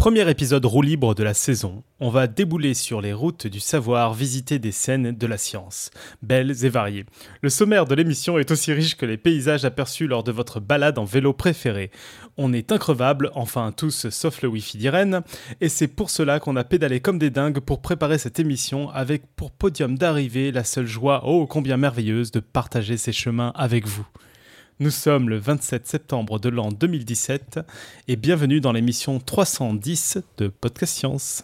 Premier épisode roue libre de la saison. On va débouler sur les routes du savoir, visiter des scènes de la science, belles et variées. Le sommaire de l'émission est aussi riche que les paysages aperçus lors de votre balade en vélo préféré. On est increvables, enfin tous sauf le wifi d'Irène, et c'est pour cela qu'on a pédalé comme des dingues pour préparer cette émission avec pour podium d'arrivée la seule joie, oh combien merveilleuse, de partager ces chemins avec vous. Nous sommes le 27 septembre de l'an 2017 et bienvenue dans l'émission 310 de Podcast Science.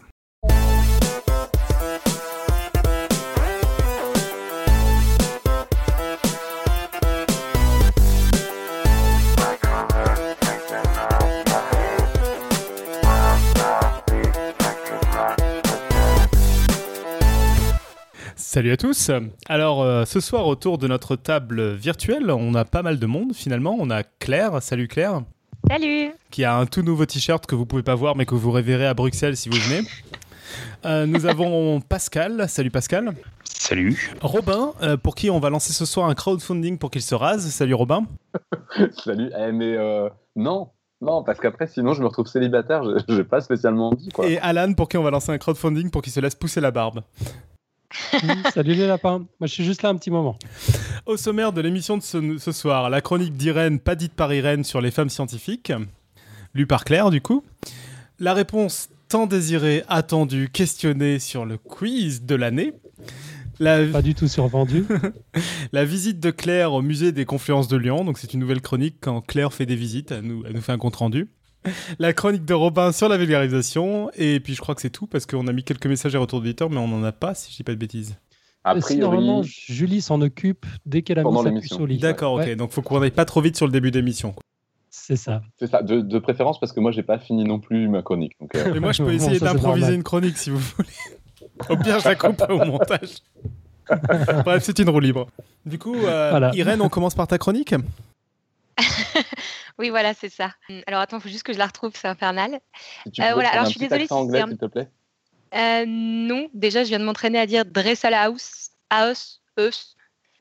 Salut à tous. Alors ce soir autour de notre table virtuelle, on a pas mal de monde finalement. On a Claire, salut Claire. Salut. Qui a un tout nouveau t-shirt que vous pouvez pas voir mais que vous reverrez à Bruxelles si vous venez. Nous avons Pascal, salut Pascal. Salut. Robin, pour qui on va lancer ce soir un crowdfunding pour qu'il se rase. Salut Robin. Salut, non, parce qu'après sinon je me retrouve célibataire, j'ai pas spécialement envie quoi. Et Alan, pour qui on va lancer un crowdfunding pour qu'il se laisse pousser la barbe. Salut les lapins, moi je suis juste là un petit moment. Au sommaire de l'émission de ce soir, la chronique d'Irène, pas dite par Irène, sur les femmes scientifiques, lue par Claire du coup. La réponse tant désirée, attendue, questionnée sur le quiz de l'année. Pas du tout survendu. La visite de Claire au musée des Confluences de Lyon, donc c'est une nouvelle chronique quand Claire fait des visites, elle nous fait un compte rendu. La chronique de Robin sur la vulgarisation, et puis je crois que c'est tout parce qu'on a mis quelques messages et retours d'éditeurs, mais on n'en a pas si je dis pas de bêtises. Si, normalement, Julie s'en occupe dès qu'elle a mis sa puce au lit. D'accord, ok, donc faut qu'on n'aille pas trop vite sur le début d'émission. C'est ça. C'est ça, de préférence parce que moi j'ai pas fini non plus ma chronique. Donc, Et moi je peux essayer d'improviser une chronique si vous voulez. Au pire, je la coupe au montage. Bref, c'est une roue libre. Du coup, voilà. Irène, on commence par ta chronique. Oui, voilà, c'est ça. Alors attends, il faut juste que je la retrouve, c'est infernal. Voilà, alors je suis désolée si anglais, s'il te plaît. Non, déjà je viens de m'entraîner à dire Dressalaus, Aos.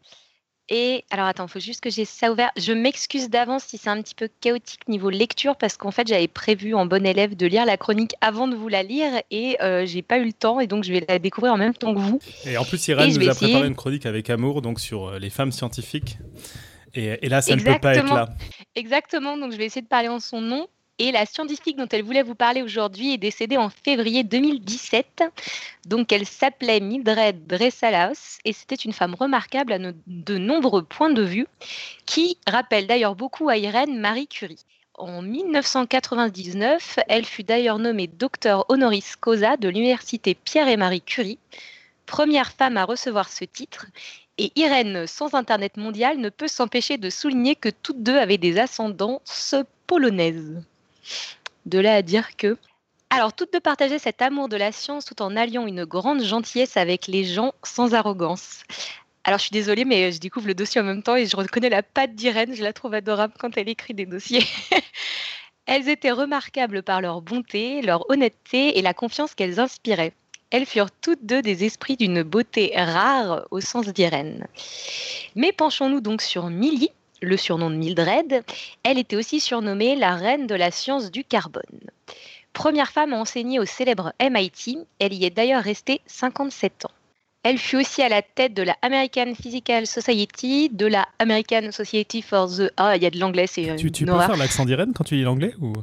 Et alors attends, il faut juste que j'ai ça ouvert. Je m'excuse d'avance si c'est un petit peu chaotique niveau lecture parce qu'en fait j'avais prévu en bonne élève de lire la chronique avant de vous la lire et j'ai pas eu le temps et donc je vais la découvrir en même temps que vous. Et en plus Irène nous a préparé une chronique avec amour donc sur les femmes scientifiques. Et là, ça ne peut pas être là. Exactement, donc je vais essayer de parler en son nom. Et la scientifique dont elle voulait vous parler aujourd'hui est décédée en février 2017. Donc elle s'appelait Mildred Dressalaus et c'était une femme remarquable à de nombreux points de vue qui rappelle d'ailleurs beaucoup à Irène Marie Curie. En 1999, elle fut d'ailleurs nommée docteur honoris causa de l'université Pierre et Marie Curie, première femme à recevoir ce titre. Et Irène, sans Internet mondial, ne peut s'empêcher de souligner que toutes deux avaient des ascendances polonaises. De là à dire que... Alors, toutes deux partageaient cet amour de la science tout en alliant une grande gentillesse avec les gens sans arrogance. Alors, je suis désolée, mais je découvre le dossier en même temps et je reconnais la patte d'Irène. Je la trouve adorable quand elle écrit des dossiers. Elles étaient remarquables par leur bonté, leur honnêteté et la confiance qu'elles inspiraient. Elles furent toutes deux des esprits d'une beauté rare au sens d'Irène. Mais penchons-nous donc sur Millie, le surnom de Mildred. Elle était aussi surnommée la reine de la science du carbone. Première femme à enseigner au célèbre MIT, elle y est d'ailleurs restée 57 ans. Elle fut aussi à la tête de la American Physical Society, de la American Society for the... Ah, il y a de l'anglais, c'est Tu peux faire l'accent d'Irène quand tu lis l'anglais ou...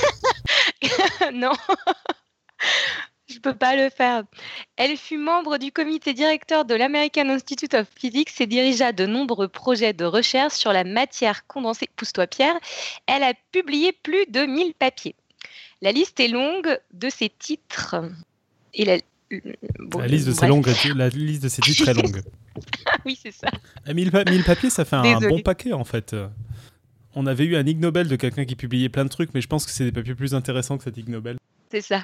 Non. Je peux pas le faire. Elle fut membre du comité directeur de l'American Institute of Physics et dirigea de nombreux projets de recherche sur la matière condensée. Pousse-toi Pierre. Elle a publié plus de 1000 papiers. La liste est longue de ses titres. Et la liste de ses titres est longue. Oui, c'est ça. 1000 papiers, ça fait un bon paquet en fait. On avait eu un Ig Nobel de quelqu'un qui publiait plein de trucs, mais je pense que c'est des papiers plus intéressants que cet Ig Nobel. C'est ça.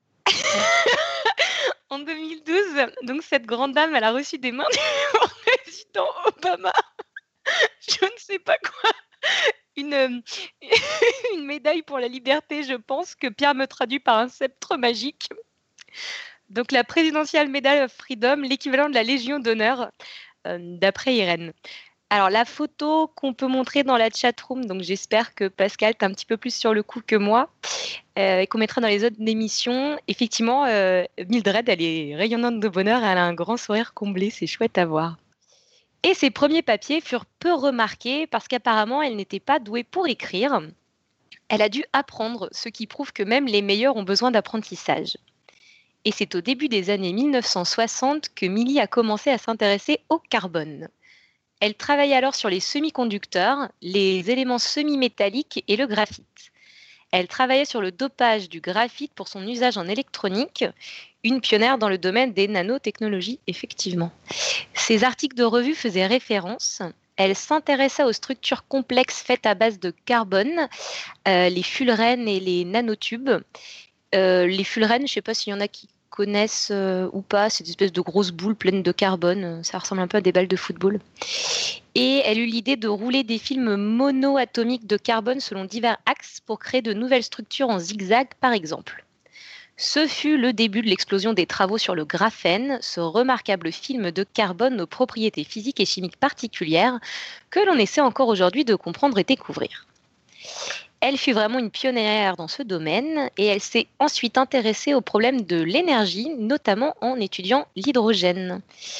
En 2012, donc cette grande dame, elle a reçu des mains du président Obama, je ne sais pas quoi, une médaille pour la liberté, je pense, que Pierre me traduit par un sceptre magique. Donc la Presidential Medal of Freedom, l'équivalent de la Légion d'honneur, d'après Irène. Alors, la photo qu'on peut montrer dans la chatroom, donc j'espère que Pascal, t'es un petit peu plus sur le coup que moi, et qu'on mettra dans les autres émissions. Effectivement, Mildred, elle est rayonnante de bonheur, elle a un grand sourire comblé, c'est chouette à voir. Et ses premiers papiers furent peu remarqués parce qu'apparemment, elle n'était pas douée pour écrire. Elle a dû apprendre, ce qui prouve que même les meilleurs ont besoin d'apprentissage. Et c'est au début des années 1960 que Millie a commencé à s'intéresser au carbone. Elle travaille alors sur les semi-conducteurs, les éléments semi-métalliques et le graphite. Elle travaillait sur le dopage du graphite pour son usage en électronique, une pionnière dans le domaine des nanotechnologies, effectivement. Ses articles de revue faisaient référence. Elle s'intéressa aux structures complexes faites à base de carbone, les fullerenes et les nanotubes. Les fullerenes, je ne sais pas s'il y en a qui connaissent ou pas, c'est des espèces de grosses boules pleines de carbone, ça ressemble un peu à des balles de football. Et elle eut l'idée de rouler des films monoatomiques de carbone selon divers axes pour créer de nouvelles structures en zigzag, par exemple. Ce fut le début de l'explosion des travaux sur le graphène, ce remarquable film de carbone aux propriétés physiques et chimiques particulières que l'on essaie encore aujourd'hui de comprendre et découvrir. Elle fut vraiment une pionnière dans ce domaine et elle s'est ensuite intéressée au problème de l'énergie, notamment en étudiant l'hydrogène.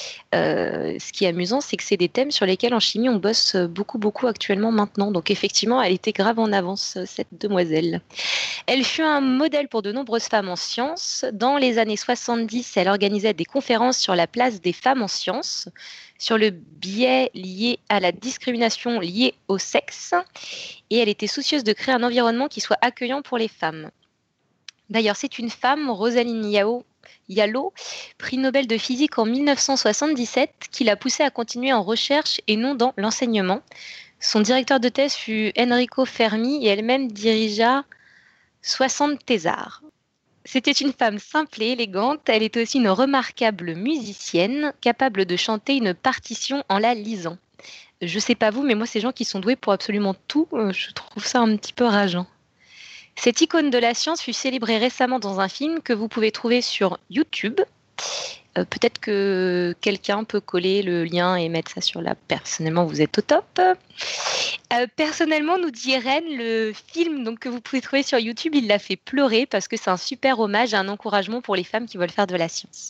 Ce qui est amusant, c'est que c'est des thèmes sur lesquels en chimie on bosse beaucoup actuellement maintenant. Donc effectivement, elle était grave en avance, cette demoiselle. Elle fut un modèle pour de nombreuses femmes en sciences. Dans les années 70, elle organisait des conférences sur la place des femmes en sciences, sur le biais lié à la discrimination liée au sexe. Et elle était soucieuse de créer un environnement qui soit accueillant pour les femmes. D'ailleurs, c'est une femme, Rosalind Yallo, prix Nobel de physique en 1977, qui l'a poussée à continuer en recherche et non dans l'enseignement. Son directeur de thèse fut Enrico Fermi et elle-même dirigea 60 thésards. C'était une femme simple et élégante. Elle était aussi une remarquable musicienne, capable de chanter une partition en la lisant. Je sais pas vous, mais moi, ces gens qui sont doués pour absolument tout, je trouve ça un petit peu rageant. Cette icône de la science fut célébrée récemment dans un film que vous pouvez trouver sur YouTube. Peut-être que quelqu'un peut coller le lien et mettre ça sur là. Personnellement, vous êtes au top. Personnellement, nous dit Irène, le film donc, que vous pouvez trouver sur YouTube, il l'a fait pleurer parce que c'est un super hommage et un encouragement pour les femmes qui veulent faire de la science.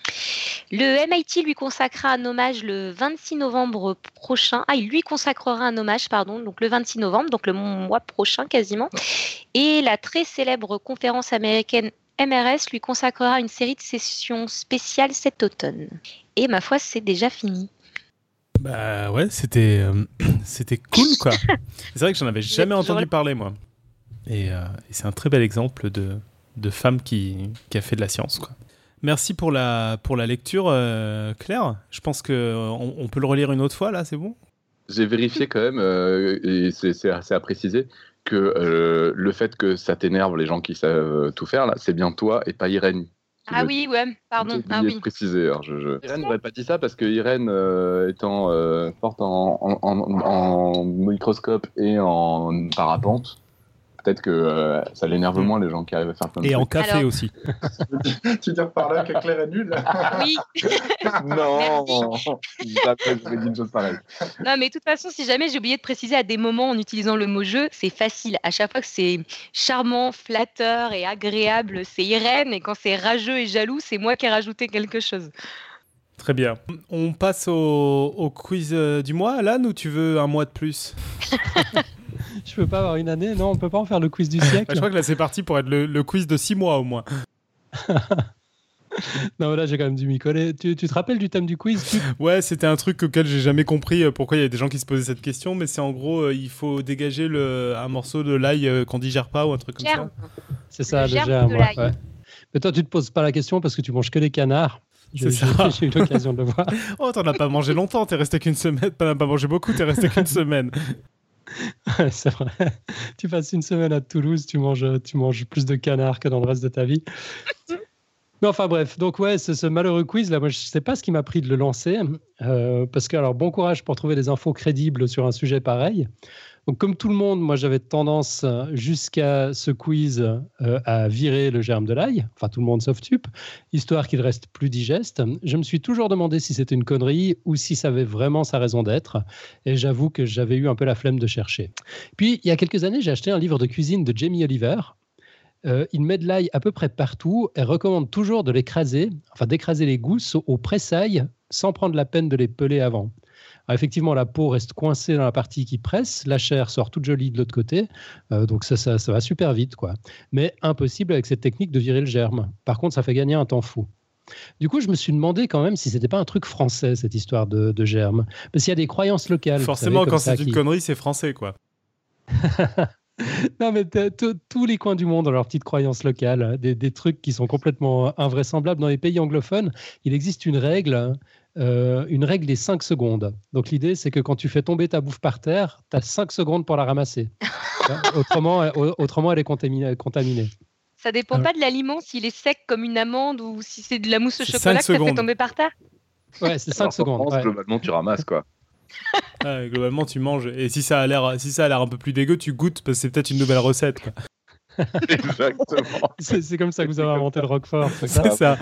Le MIT lui consacrera un hommage le 26 novembre prochain. Il lui consacrera un hommage, donc le 26 novembre, donc le mois prochain quasiment. Et la très célèbre conférence américaine MRS lui consacrera une série de sessions spéciales cet automne. Et ma foi, c'est déjà fini. Bah ouais, c'était cool quoi. C'est vrai que j'en avais jamais entendu parler moi. Et c'est un très bel exemple de femme qui a fait de la science quoi. Merci pour la lecture, Claire. Je pense qu'on peut le relire une autre fois, là, c'est bon ? J'ai vérifié quand même, et c'est assez à préciser, que le fait que ça t'énerve, les gens qui savent tout faire, là, c'est bien toi et pas Irène. Ah oui, ouais, pardon. J'ai oublié de préciser. Alors, Irène n'aurait pas dit ça parce que Irène, étant forte en microscope et en parapente, peut-être que ça l'énerve moins les gens qui arrivent à faire plein de trucs. Et en café aussi. Tu veux dire par là que Claire est nulle ? Oui. Non, j'ai dit une chose pareille. Non, mais de toute façon, si jamais j'ai oublié de préciser à des moments en utilisant le mot jeu, c'est facile. À chaque fois que c'est charmant, flatteur et agréable, c'est Irène. Et quand c'est rageux et jaloux, c'est moi qui ai rajouté quelque chose. Très bien. On passe au quiz du mois, Alan, ou tu veux un mois de plus ? Je peux pas avoir une année. Non, on peut pas en faire le quiz du siècle. Je crois que là, c'est parti pour être le quiz de 6 mois au moins. Non, là, j'ai quand même dû m'y coller. Tu te rappelles du thème du quiz ? Ouais, c'était un truc auquel j'ai jamais compris pourquoi il y a des gens qui se posaient cette question, mais c'est en gros, il faut dégager un morceau de l'ail qu'on digère pas ou un truc comme ça. C'est ça, le germe. Ouais. Mais toi, tu te poses pas la question parce que tu manges que des canards. C'est ça. J'ai eu l'occasion de le voir. Oh, t'en as pas mangé longtemps, t'es resté qu'une semaine. T'en as pas mangé beaucoup, t'es resté qu'une semaine. Ouais, c'est vrai. Tu passes une semaine à Toulouse, tu manges plus de canards que dans le reste de ta vie. Mais enfin bref, donc ouais, ce malheureux quiz là, moi je sais pas ce qui m'a pris de le lancer, parce que alors bon courage pour trouver des infos crédibles sur un sujet pareil. Donc comme tout le monde, moi j'avais tendance jusqu'à ce quiz à virer le germe de l'ail, enfin tout le monde sauf Tup, histoire qu'il reste plus digeste. Je me suis toujours demandé si c'était une connerie ou si ça avait vraiment sa raison d'être, et j'avoue que j'avais eu un peu la flemme de chercher. Puis il y a quelques années, j'ai acheté un livre de cuisine de Jamie Oliver. Il met de l'ail à peu près partout et recommande toujours de l'écraser, enfin d'écraser les gousses au presse-ail sans prendre la peine de les peler avant. Alors effectivement, la peau reste coincée dans la partie qui presse, la chair sort toute jolie de l'autre côté, donc ça va super vite, quoi. Mais impossible avec cette technique de virer le germe. Par contre, ça fait gagner un temps fou. Du coup, je me suis demandé quand même si c'était pas un truc français, cette histoire de germe. Parce qu'il y a des croyances locales. Forcément, savez, quand c'est une connerie, c'est français, quoi. Non, mais tous les coins du monde ont leurs petites croyances locales, des trucs qui sont complètement invraisemblables. Dans les pays anglophones, il existe une règle des 5 secondes. Donc l'idée, c'est que quand tu fais tomber ta bouffe par terre, tu as 5 secondes pour la ramasser. Autrement, elle est contaminée. Ça dépend pas de l'aliment, s'il est sec comme une amande ou si c'est de la mousse au C'est chocolat 5 que tu fait secondes. tomber par terre. Ouais, c'est 5 secondes. France, Ouais. globalement, tu ramasses, quoi. Ouais, globalement, tu manges. Et si ça a l'air un peu plus dégueu, tu goûtes parce que c'est peut-être une nouvelle recette, quoi. Exactement. C'est comme ça que vous avez inventé le Roquefort. C'est ça.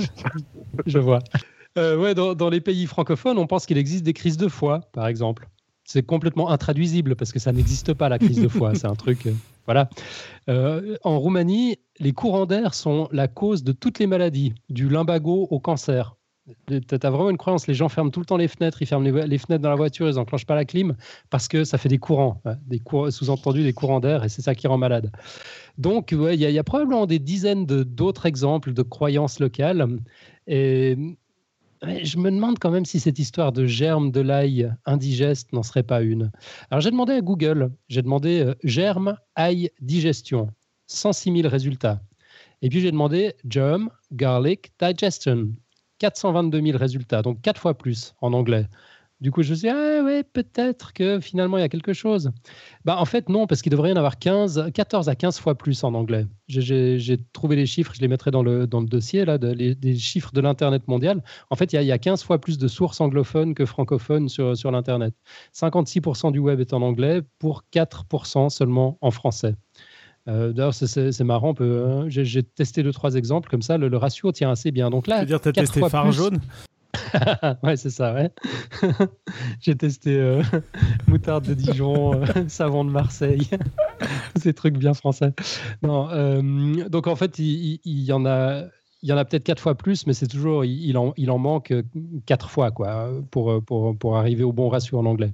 Je vois. Ouais, dans les pays francophones, on pense qu'il existe des crises de foie, par exemple. C'est complètement intraduisible parce que ça n'existe pas, la crise de foie. C'est un truc... voilà. En Roumanie, les courants d'air sont la cause de toutes les maladies, du lumbago au cancer. Tu as vraiment une croyance, les gens ferment tout le temps les fenêtres, ils ferment les fenêtres dans la voiture, ils n'enclenchent pas la clim parce que ça fait des courants, sous-entendu des courants d'air, et c'est ça qui rend malade. Donc, ouais, il y a probablement des dizaines d'autres exemples de croyances locales. Et je me demande quand même si cette histoire de germe de l'ail indigeste n'en serait pas une. Alors, j'ai demandé à Google, j'ai demandé germe, ail, digestion, 106 000 résultats. Et puis, j'ai demandé germ, garlic, digestion. 422 000 résultats, donc 4 fois plus en anglais. Du coup, je me suis dit, ouais, peut-être que finalement, il y a quelque chose. En fait, non, parce qu'il devrait y en avoir 14 à 15 fois plus en anglais. J'ai trouvé les chiffres, je les mettrai dans le dossier, là, des chiffres de l'Internet mondial. En fait, il y a 15 fois plus de sources anglophones que francophones sur l'Internet. 56% du web est en anglais, pour 4% seulement en français. D'ailleurs, c'est marrant. J'ai testé 2-3 exemples comme ça. Le ratio tient assez bien. Donc là, tu veux dire, tu as testé phare jaune? Ouais, c'est ça, ouais. J'ai testé moutarde de Dijon, savon de Marseille, ces trucs bien français. Non, donc en fait, il y en a peut-être 4 fois plus, mais c'est toujours, il en manque 4 fois, quoi, pour arriver au bon ratio en anglais.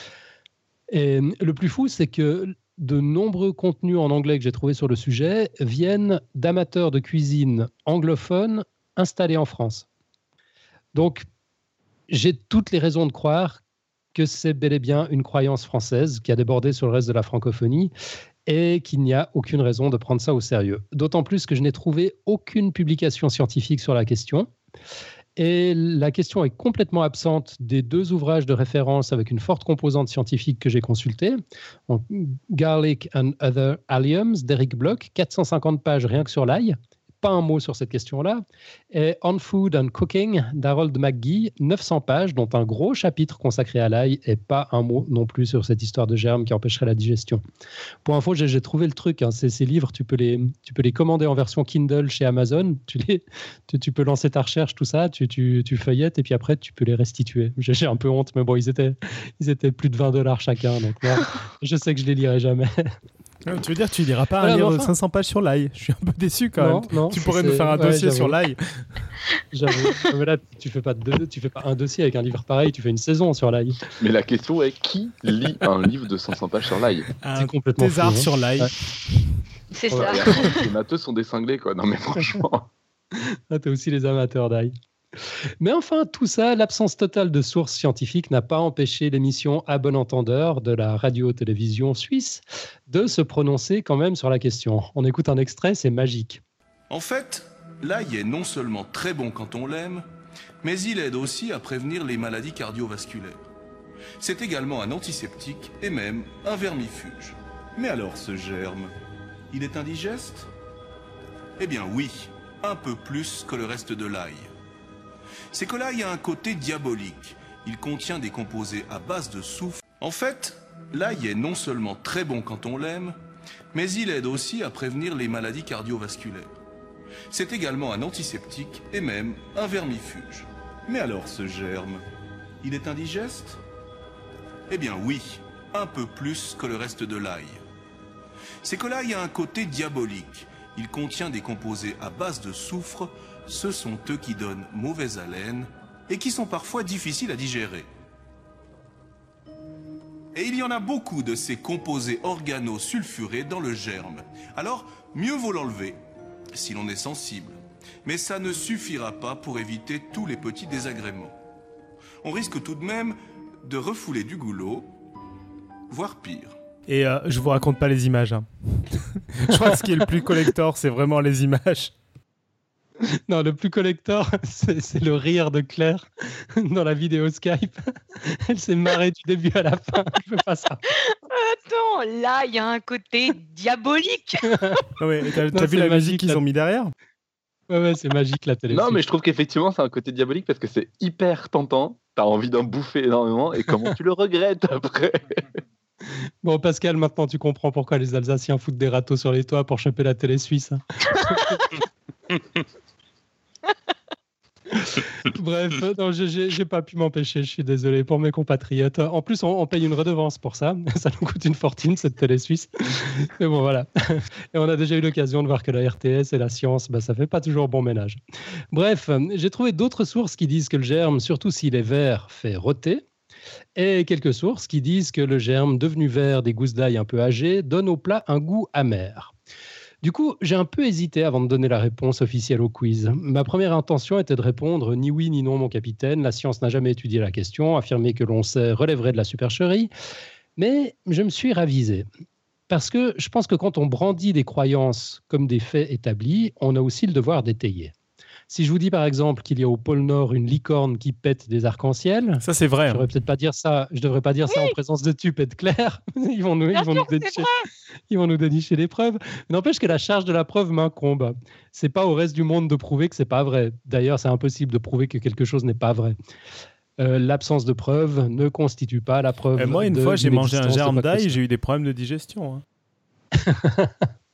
Et le plus fou, c'est que de nombreux contenus en anglais que j'ai trouvés sur le sujet viennent d'amateurs de cuisine anglophones installés en France. Donc, j'ai toutes les raisons de croire que c'est bel et bien une croyance française qui a débordé sur le reste de la francophonie et qu'il n'y a aucune raison de prendre ça au sérieux. D'autant plus que je n'ai trouvé aucune publication scientifique sur la question. Et la question est complètement absente des 2 ouvrages de référence avec une forte composante scientifique que j'ai consultés. Garlic and Other Alliums d'Eric Bloch, 450 pages rien que sur l'ail. Pas un mot sur cette question-là. Et On Food and Cooking d'Harold McGee, 900 pages, dont un gros chapitre consacré à l'ail et pas un mot non plus sur cette histoire de germe qui empêcherait la digestion. Pour info, j'ai trouvé le truc. Hein, ces livres, tu peux les commander en version Kindle chez Amazon. Tu peux lancer ta recherche, tout ça. Tu feuillettes et puis après, tu peux les restituer. J'ai un peu honte, mais bon, ils étaient plus de $20 chacun. Donc là, je sais que je les lirai jamais. Tu veux dire, tu liras pas un livre de 500 pages sur l'ail? Je suis un peu déçu quand même. Non, tu pourrais nous faire un dossier sur l'ail. J'avoue. Mais là, tu fais pas un dossier avec un livre pareil, tu fais une saison sur l'ail. Mais la question est, qui lit un livre de 500 pages sur l'ail? Un thésard fou, sur l'ail. Ouais. C'est ça. Les matheux sont des cinglés, quoi. Non mais franchement. T'as aussi les amateurs d'ail. Mais enfin, tout ça, l'absence totale de sources scientifiques n'a pas empêché l'émission À bon entendeur de la radio-télévision suisse de se prononcer quand même sur la question. On écoute un extrait, c'est magique. En fait, l'ail est non seulement très bon quand on l'aime, mais il aide aussi à prévenir les maladies cardiovasculaires. C'est également un antiseptique et même un vermifuge. Mais alors ce germe, il est indigeste ? Eh bien oui, un peu plus que le reste de l'ail. C'est que l'ail a un côté diabolique. Il contient des composés à base de soufre. En fait, l'ail est non seulement très bon quand on l'aime, mais il aide aussi à prévenir les maladies cardiovasculaires. C'est également un antiseptique et même un vermifuge. Mais alors ce germe, il est indigeste ? Eh bien oui, un peu plus que le reste de l'ail. C'est que l'ail a un côté diabolique. Il contient des composés à base de soufre. Ce sont eux qui donnent mauvaise haleine et qui sont parfois difficiles à digérer. Et il y en a beaucoup de ces composés organosulfurés dans le germe. Alors, mieux vaut l'enlever, si l'on est sensible. Mais ça ne suffira pas pour éviter tous les petits désagréments. On risque tout de même de refouler du goulot, voire pire. Et je vous raconte pas les images. Hein. Je crois que ce qui est le plus collector, c'est vraiment les images. Non, le plus collector, c'est le rire de Claire dans la vidéo Skype. Elle s'est marrée du début à la fin. Je veux pas ça. Attends, là, il y a un côté diabolique. Non, mais t'as vu la musique qu'ils ont mis derrière ? Ouais, c'est magique la télé. Non, mais je trouve qu'effectivement, c'est un côté diabolique parce que c'est hyper tentant. T'as envie d'en bouffer énormément et comment tu le regrettes après. Bon, Pascal, maintenant tu comprends pourquoi les Alsaciens foutent des râteaux sur les toits pour choper la télé suisse. Hein. Bref, non, j'ai pas pu m'empêcher, je suis désolé pour mes compatriotes. En plus, on paye une redevance pour ça. Ça nous coûte une fortune, cette télé suisse. Mais bon, voilà. Et on a déjà eu l'occasion de voir que la RTS et la science, ça fait pas toujours bon ménage. Bref, j'ai trouvé d'autres sources qui disent que le germe, surtout s'il est vert, fait rôter. Et quelques sources qui disent que le germe devenu vert des gousses d'ail un peu âgées donne au plat un goût amer. Du coup, j'ai un peu hésité avant de donner la réponse officielle au quiz. Ma première intention était de répondre ni oui ni non, mon capitaine. La science n'a jamais étudié la question. Affirmer que l'on sait relèverait de la supercherie. Mais je me suis ravisé. Parce que je pense que quand on brandit des croyances comme des faits établis, on a aussi le devoir d'étayer. Si je vous dis par exemple qu'il y a au pôle Nord une licorne qui pète des arcs-en-ciel, ça c'est vrai. Je devrais peut-être pas dire ça. Je devrais pas dire ça en présence de Tup et de Claire. Ils vont nous dénicher des preuves. N'empêche que la charge de la preuve m'incombe. C'est pas au reste du monde de prouver que c'est pas vrai. D'ailleurs, c'est impossible de prouver que quelque chose n'est pas vrai. L'absence de preuve ne constitue pas la preuve. Moi, une fois, j'ai mangé un germe d'ail et j'ai eu des problèmes de digestion. Hein.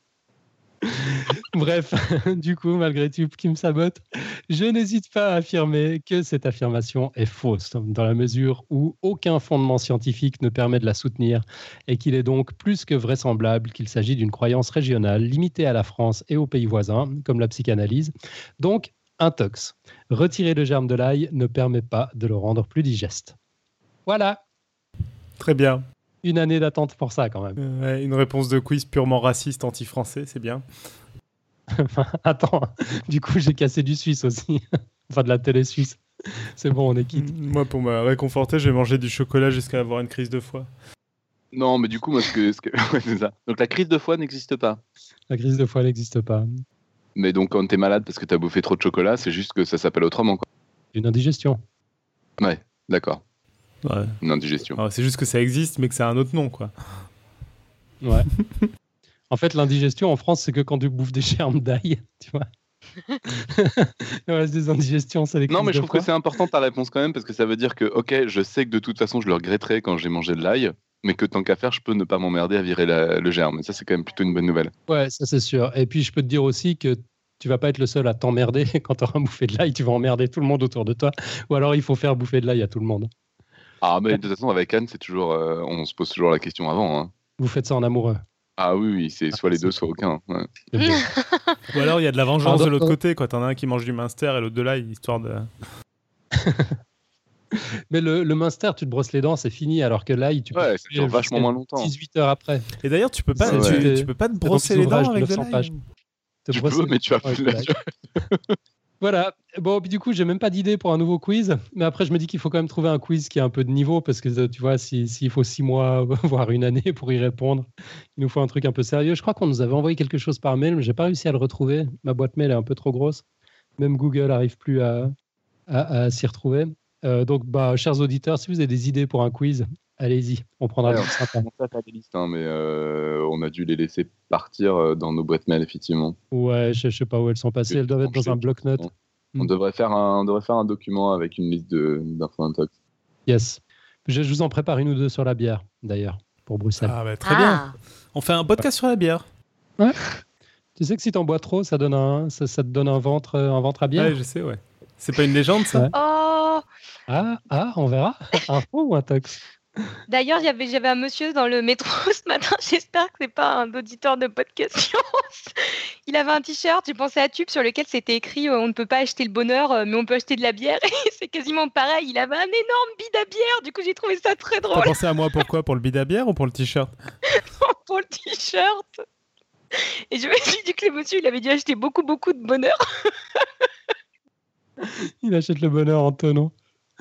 Bref, du coup, malgré Tup qui me sabote, je n'hésite pas à affirmer que cette affirmation est fausse, dans la mesure où aucun fondement scientifique ne permet de la soutenir et qu'il est donc plus que vraisemblable qu'il s'agit d'une croyance régionale limitée à la France et aux pays voisins, comme la psychanalyse. Donc, intox. Retirer le germe de l'ail ne permet pas de le rendre plus digeste. Voilà. Très bien. Une année d'attente pour ça, quand même. Une réponse de quiz purement raciste, anti-français, c'est bien. Attends, du coup, j'ai cassé du suisse aussi. Enfin, de la télé suisse. C'est bon, on est quitte. Moi, pour me réconforter, je vais manger du chocolat jusqu'à avoir une crise de foie. Non, mais du coup, moi, ouais, c'est ça. Donc, la crise de foie n'existe pas. La crise de foie n'existe pas. Mais donc, quand t'es malade parce que t'as bouffé trop de chocolat, c'est juste que ça s'appelle autrement, quoi. Une indigestion. Ouais, d'accord. Ouais. Une indigestion. Alors, c'est juste que ça existe, mais que c'est un autre nom, quoi. Ouais. En fait, l'indigestion en France, c'est que quand tu bouffes des germes d'ail, tu vois. Ouais, c'est des indigestions, c'est les crises Non, mais je de trouve foie. que c'est important ta réponse quand même, parce que ça veut dire que, ok, je sais que de toute façon, je le regretterai quand j'ai mangé de l'ail, mais que tant qu'à faire, je peux ne pas m'emmerder à virer le germe. Et ça, c'est quand même plutôt une bonne nouvelle. Ouais, ça c'est sûr. Et puis, je peux te dire aussi que tu vas pas être le seul à t'emmerder. Quand tu auras bouffé de l'ail, tu vas emmerder tout le monde autour de toi. Ou alors, il faut faire bouffer de l'ail à tout le monde. Ah, mais de toute façon, avec Anne, c'est toujours, on se pose toujours la question avant. Hein. Vous faites ça en amoureux. Ah oui, c'est soit les deux, soit aucun. Ouais. Ou alors il y a de la vengeance de l'autre côté, quoi. T'en as un qui mange du Munster et l'autre de l'ail, histoire de... Mais le Munster, tu te brosses les dents, c'est fini, alors que l'ail, tu peux... Ouais, ça dure vachement moins longtemps. 18 heures après. Et d'ailleurs, tu peux pas, tu peux pas te brosser les dents avec de l'ail. Tu peux, mais tu vas plus la... Voilà. Bon, puis du coup, j'ai même pas d'idée pour un nouveau quiz. Mais après, je me dis qu'il faut quand même trouver un quiz qui a un peu de niveau parce que tu vois, s'il faut 6 mois, voire une année pour y répondre, il nous faut un truc un peu sérieux. Je crois qu'on nous avait envoyé quelque chose par mail, mais j'ai pas réussi à le retrouver. Ma boîte mail est un peu trop grosse. Même Google n'arrive plus à s'y retrouver. Donc, chers auditeurs, si vous avez des idées pour un quiz, Allez-y, on prendra Ouais, le plus sympa. On commence à faire des listes, hein, mais on a dû les laisser partir dans nos boîtes mail, effectivement. Ouais, je sais pas où elles sont passées. Elles doivent être dans un bloc-notes. On devrait faire un document avec une liste d'infos intox. Yes. Je vous en prépare une ou deux sur la bière, d'ailleurs, pour Bruxelles. Ah bah, très bien. On fait un podcast sur la bière. Ouais. Tu sais que si t'en bois trop, ça te donne un ventre à bière. Ouais, je sais, ouais. C'est pas une légende, ça? Ouais. Oh, Ah, on verra. Info ou intox? d'ailleurs, j'avais un monsieur dans le métro ce matin. J'espère que c'est pas un auditeur de podcast science. Il avait un t-shirt, j'ai pensé à Tube, sur lequel c'était écrit on ne peut pas acheter le bonheur, mais on peut acheter de la bière. Et c'est quasiment pareil. Il avait un énorme bide à bière. Du coup, j'ai trouvé ça très T'as drôle pensé à moi pourquoi? Pour le bide à bière ou pour le t-shirt? pour le t-shirt. Et je me suis dit que le monsieur, il avait dû acheter beaucoup, beaucoup de bonheur. Il achète le bonheur en tonneau.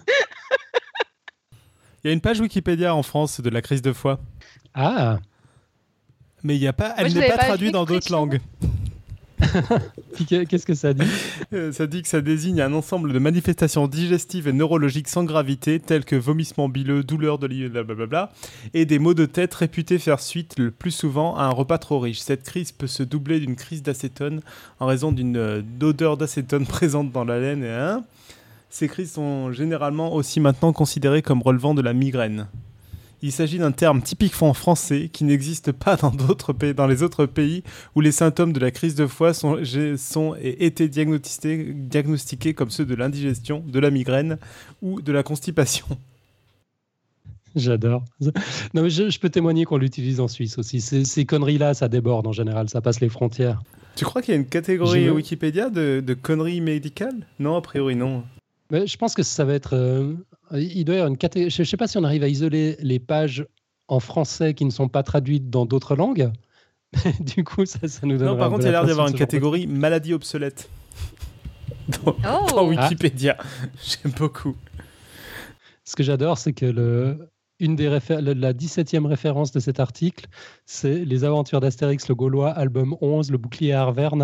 Il y a une page Wikipédia en France de la crise de foie. Ah. Mais il y a pas, Moi, elle je n'est savais pas pas traduite dans d'autres l'expression. langues. Puis qu'est-ce que ça dit? Ça dit que ça désigne un ensemble de manifestations digestives et neurologiques sans gravité, telles que vomissements bileux, douleurs de l'île, blablabla, et des maux de tête réputés faire suite le plus souvent à un repas trop riche. Cette crise peut se doubler d'une crise d'acétone en raison d'une odeur d'acétone présente dans la laine. Ces crises sont généralement aussi maintenant considérées comme relevant de la migraine. Il s'agit d'un terme typiquement français qui n'existe pas dans les autres pays où les symptômes de la crise de foie sont et étaient diagnostiqués comme ceux de l'indigestion, de la migraine ou de la constipation. J'adore. Non, mais je peux témoigner qu'on l'utilise en Suisse aussi. Ces conneries-là, ça déborde en général, ça passe les frontières. Tu crois qu'il y a une catégorie Wikipédia de conneries médicales? Non, a priori non. Mais je pense que ça va être... il doit y avoir une catégorie... Je ne sais pas si on arrive à isoler les pages en français qui ne sont pas traduites dans d'autres langues. Du coup, ça nous donne... Non, par contre, il y a l'air d'y avoir une catégorie maladie obsolète dans Wikipédia. J'aime beaucoup. Ce que j'adore, c'est que la 17e référence de cet article, c'est Les aventures d'Astérix le Gaulois, album 11, le bouclier à Arverne.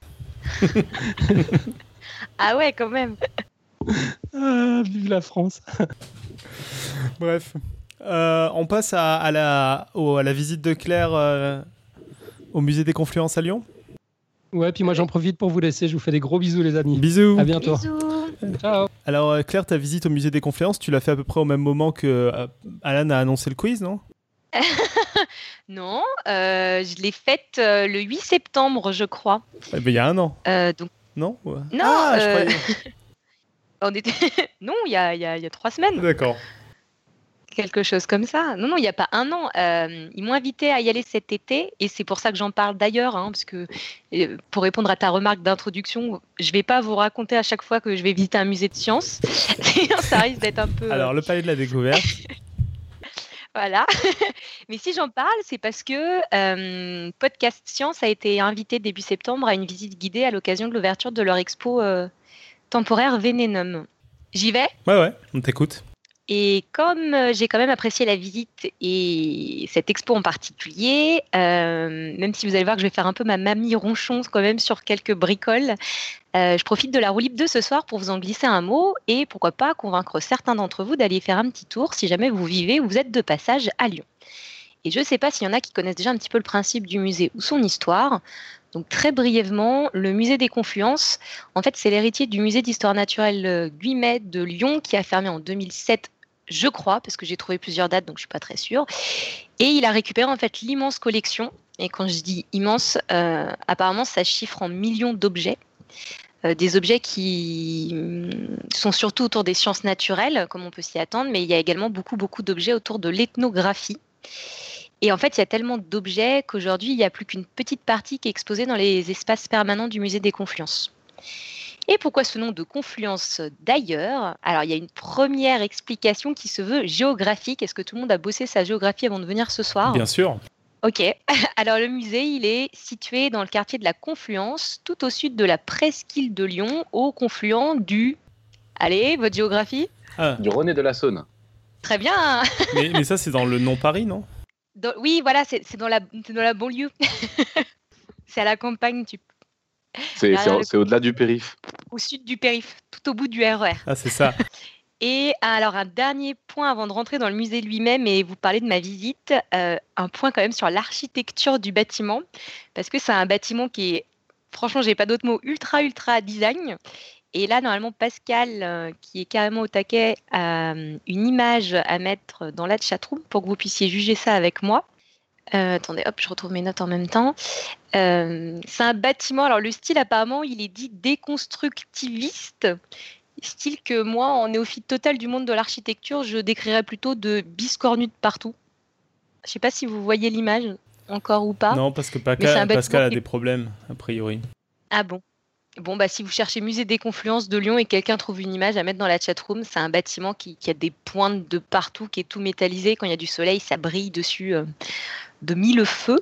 Ah ouais, quand même. Ah, vive la France. Bref, on passe à la visite de Claire au musée des Confluences à Lyon. Ouais, puis moi j'en profite pour vous laisser. Je vous fais des gros bisous, les amis. Bisous. À bientôt. Bisous. Ciao. Alors Claire, ta visite au musée des Confluences, tu l'as fait à peu près au même moment que Alan a annoncé le quiz, non? Non, je l'ai faite le 8 septembre, je crois. Eh ben, il y a un an. Donc, Non? Ouais. non, Ah, je croyais. on était... non, il y a 3 semaines. D'accord. Quelque chose comme ça. Non, il n'y a pas un an. Ils m'ont invité à y aller cet été et c'est pour ça que j'en parle d'ailleurs, parce que pour répondre à ta remarque d'introduction, je ne vais pas vous raconter à chaque fois que je vais visiter un musée de sciences. Ça risque d'être un peu... Alors, le palais de la découverte. Voilà. Mais si j'en parle, c'est parce que Podcast Science a été invité début septembre à une visite guidée à l'occasion de l'ouverture de leur expo temporaire Vénénum. J'y vais. Ouais, on t'écoute. Et comme j'ai quand même apprécié la visite et cette expo en particulier, même si vous allez voir que je vais faire un peu ma mamie ronchon quand même sur quelques bricoles, je profite de la roue libre de ce soir pour vous en glisser un mot et pourquoi pas convaincre certains d'entre vous d'aller faire un petit tour si jamais vous vivez ou vous êtes de passage à Lyon. Et je ne sais pas s'il y en a qui connaissent déjà un petit peu le principe du musée ou son histoire. Donc très brièvement, le musée des Confluences, en fait c'est l'héritier du musée d'histoire naturelle Guimet de Lyon qui a fermé en 2007, je crois, parce que j'ai trouvé plusieurs dates donc je ne suis pas très sûre. Et il a récupéré en fait l'immense collection. Et quand je dis immense, apparemment ça chiffre en millions d'objets. Des objets qui sont surtout autour des sciences naturelles, comme on peut s'y attendre, mais il y a également beaucoup d'objets autour de l'ethnographie. Et en fait, il y a tellement d'objets qu'aujourd'hui, il n'y a plus qu'une petite partie qui est exposée dans les espaces permanents du musée des Confluences. Et pourquoi ce nom de Confluence d'ailleurs? Alors, il y a une première explication qui se veut géographique. Est-ce que tout le monde a bossé sa géographie avant de venir ce soir? Bien sûr. Ok. Alors, le musée, il est situé dans le quartier de la Confluence, tout au sud de la presqu'île de Lyon, au confluent du... Allez, votre géographie? Du Rhône et de la Saône. Très bien. mais ça, c'est dans le non-Paris, non? Oui, voilà, c'est dans la banlieue. C'est à la campagne, c'est au-delà du périph. Au sud du périph, tout au bout du RER. Ah, c'est ça. Et alors, un dernier point avant de rentrer dans le musée lui-même et vous parler de ma visite, un point quand même sur l'architecture du bâtiment, parce que c'est un bâtiment qui est, franchement, j'ai pas d'autre mot, ultra design. Et là, normalement, Pascal, qui est carrément au taquet, a une image à mettre dans la chatroom pour que vous puissiez juger ça avec moi. Attendez, hop, je retrouve mes notes en même temps. C'est un bâtiment, alors le style apparemment, il est dit déconstructiviste. Style que moi, en néophyte total du monde de l'architecture, je décrirais plutôt de biscornu de partout. Je ne sais pas si vous voyez l'image encore ou pas. Non, parce que Mais c'est un Pascal a bâtiment des problèmes, a priori. Ah bon? Bon, bah, si vous cherchez Musée des Confluences de Lyon et quelqu'un trouve une image à mettre dans la chatroom, c'est un bâtiment qui a des pointes de partout, qui est tout métallisé. Quand il y a du soleil, ça brille dessus de mille feux.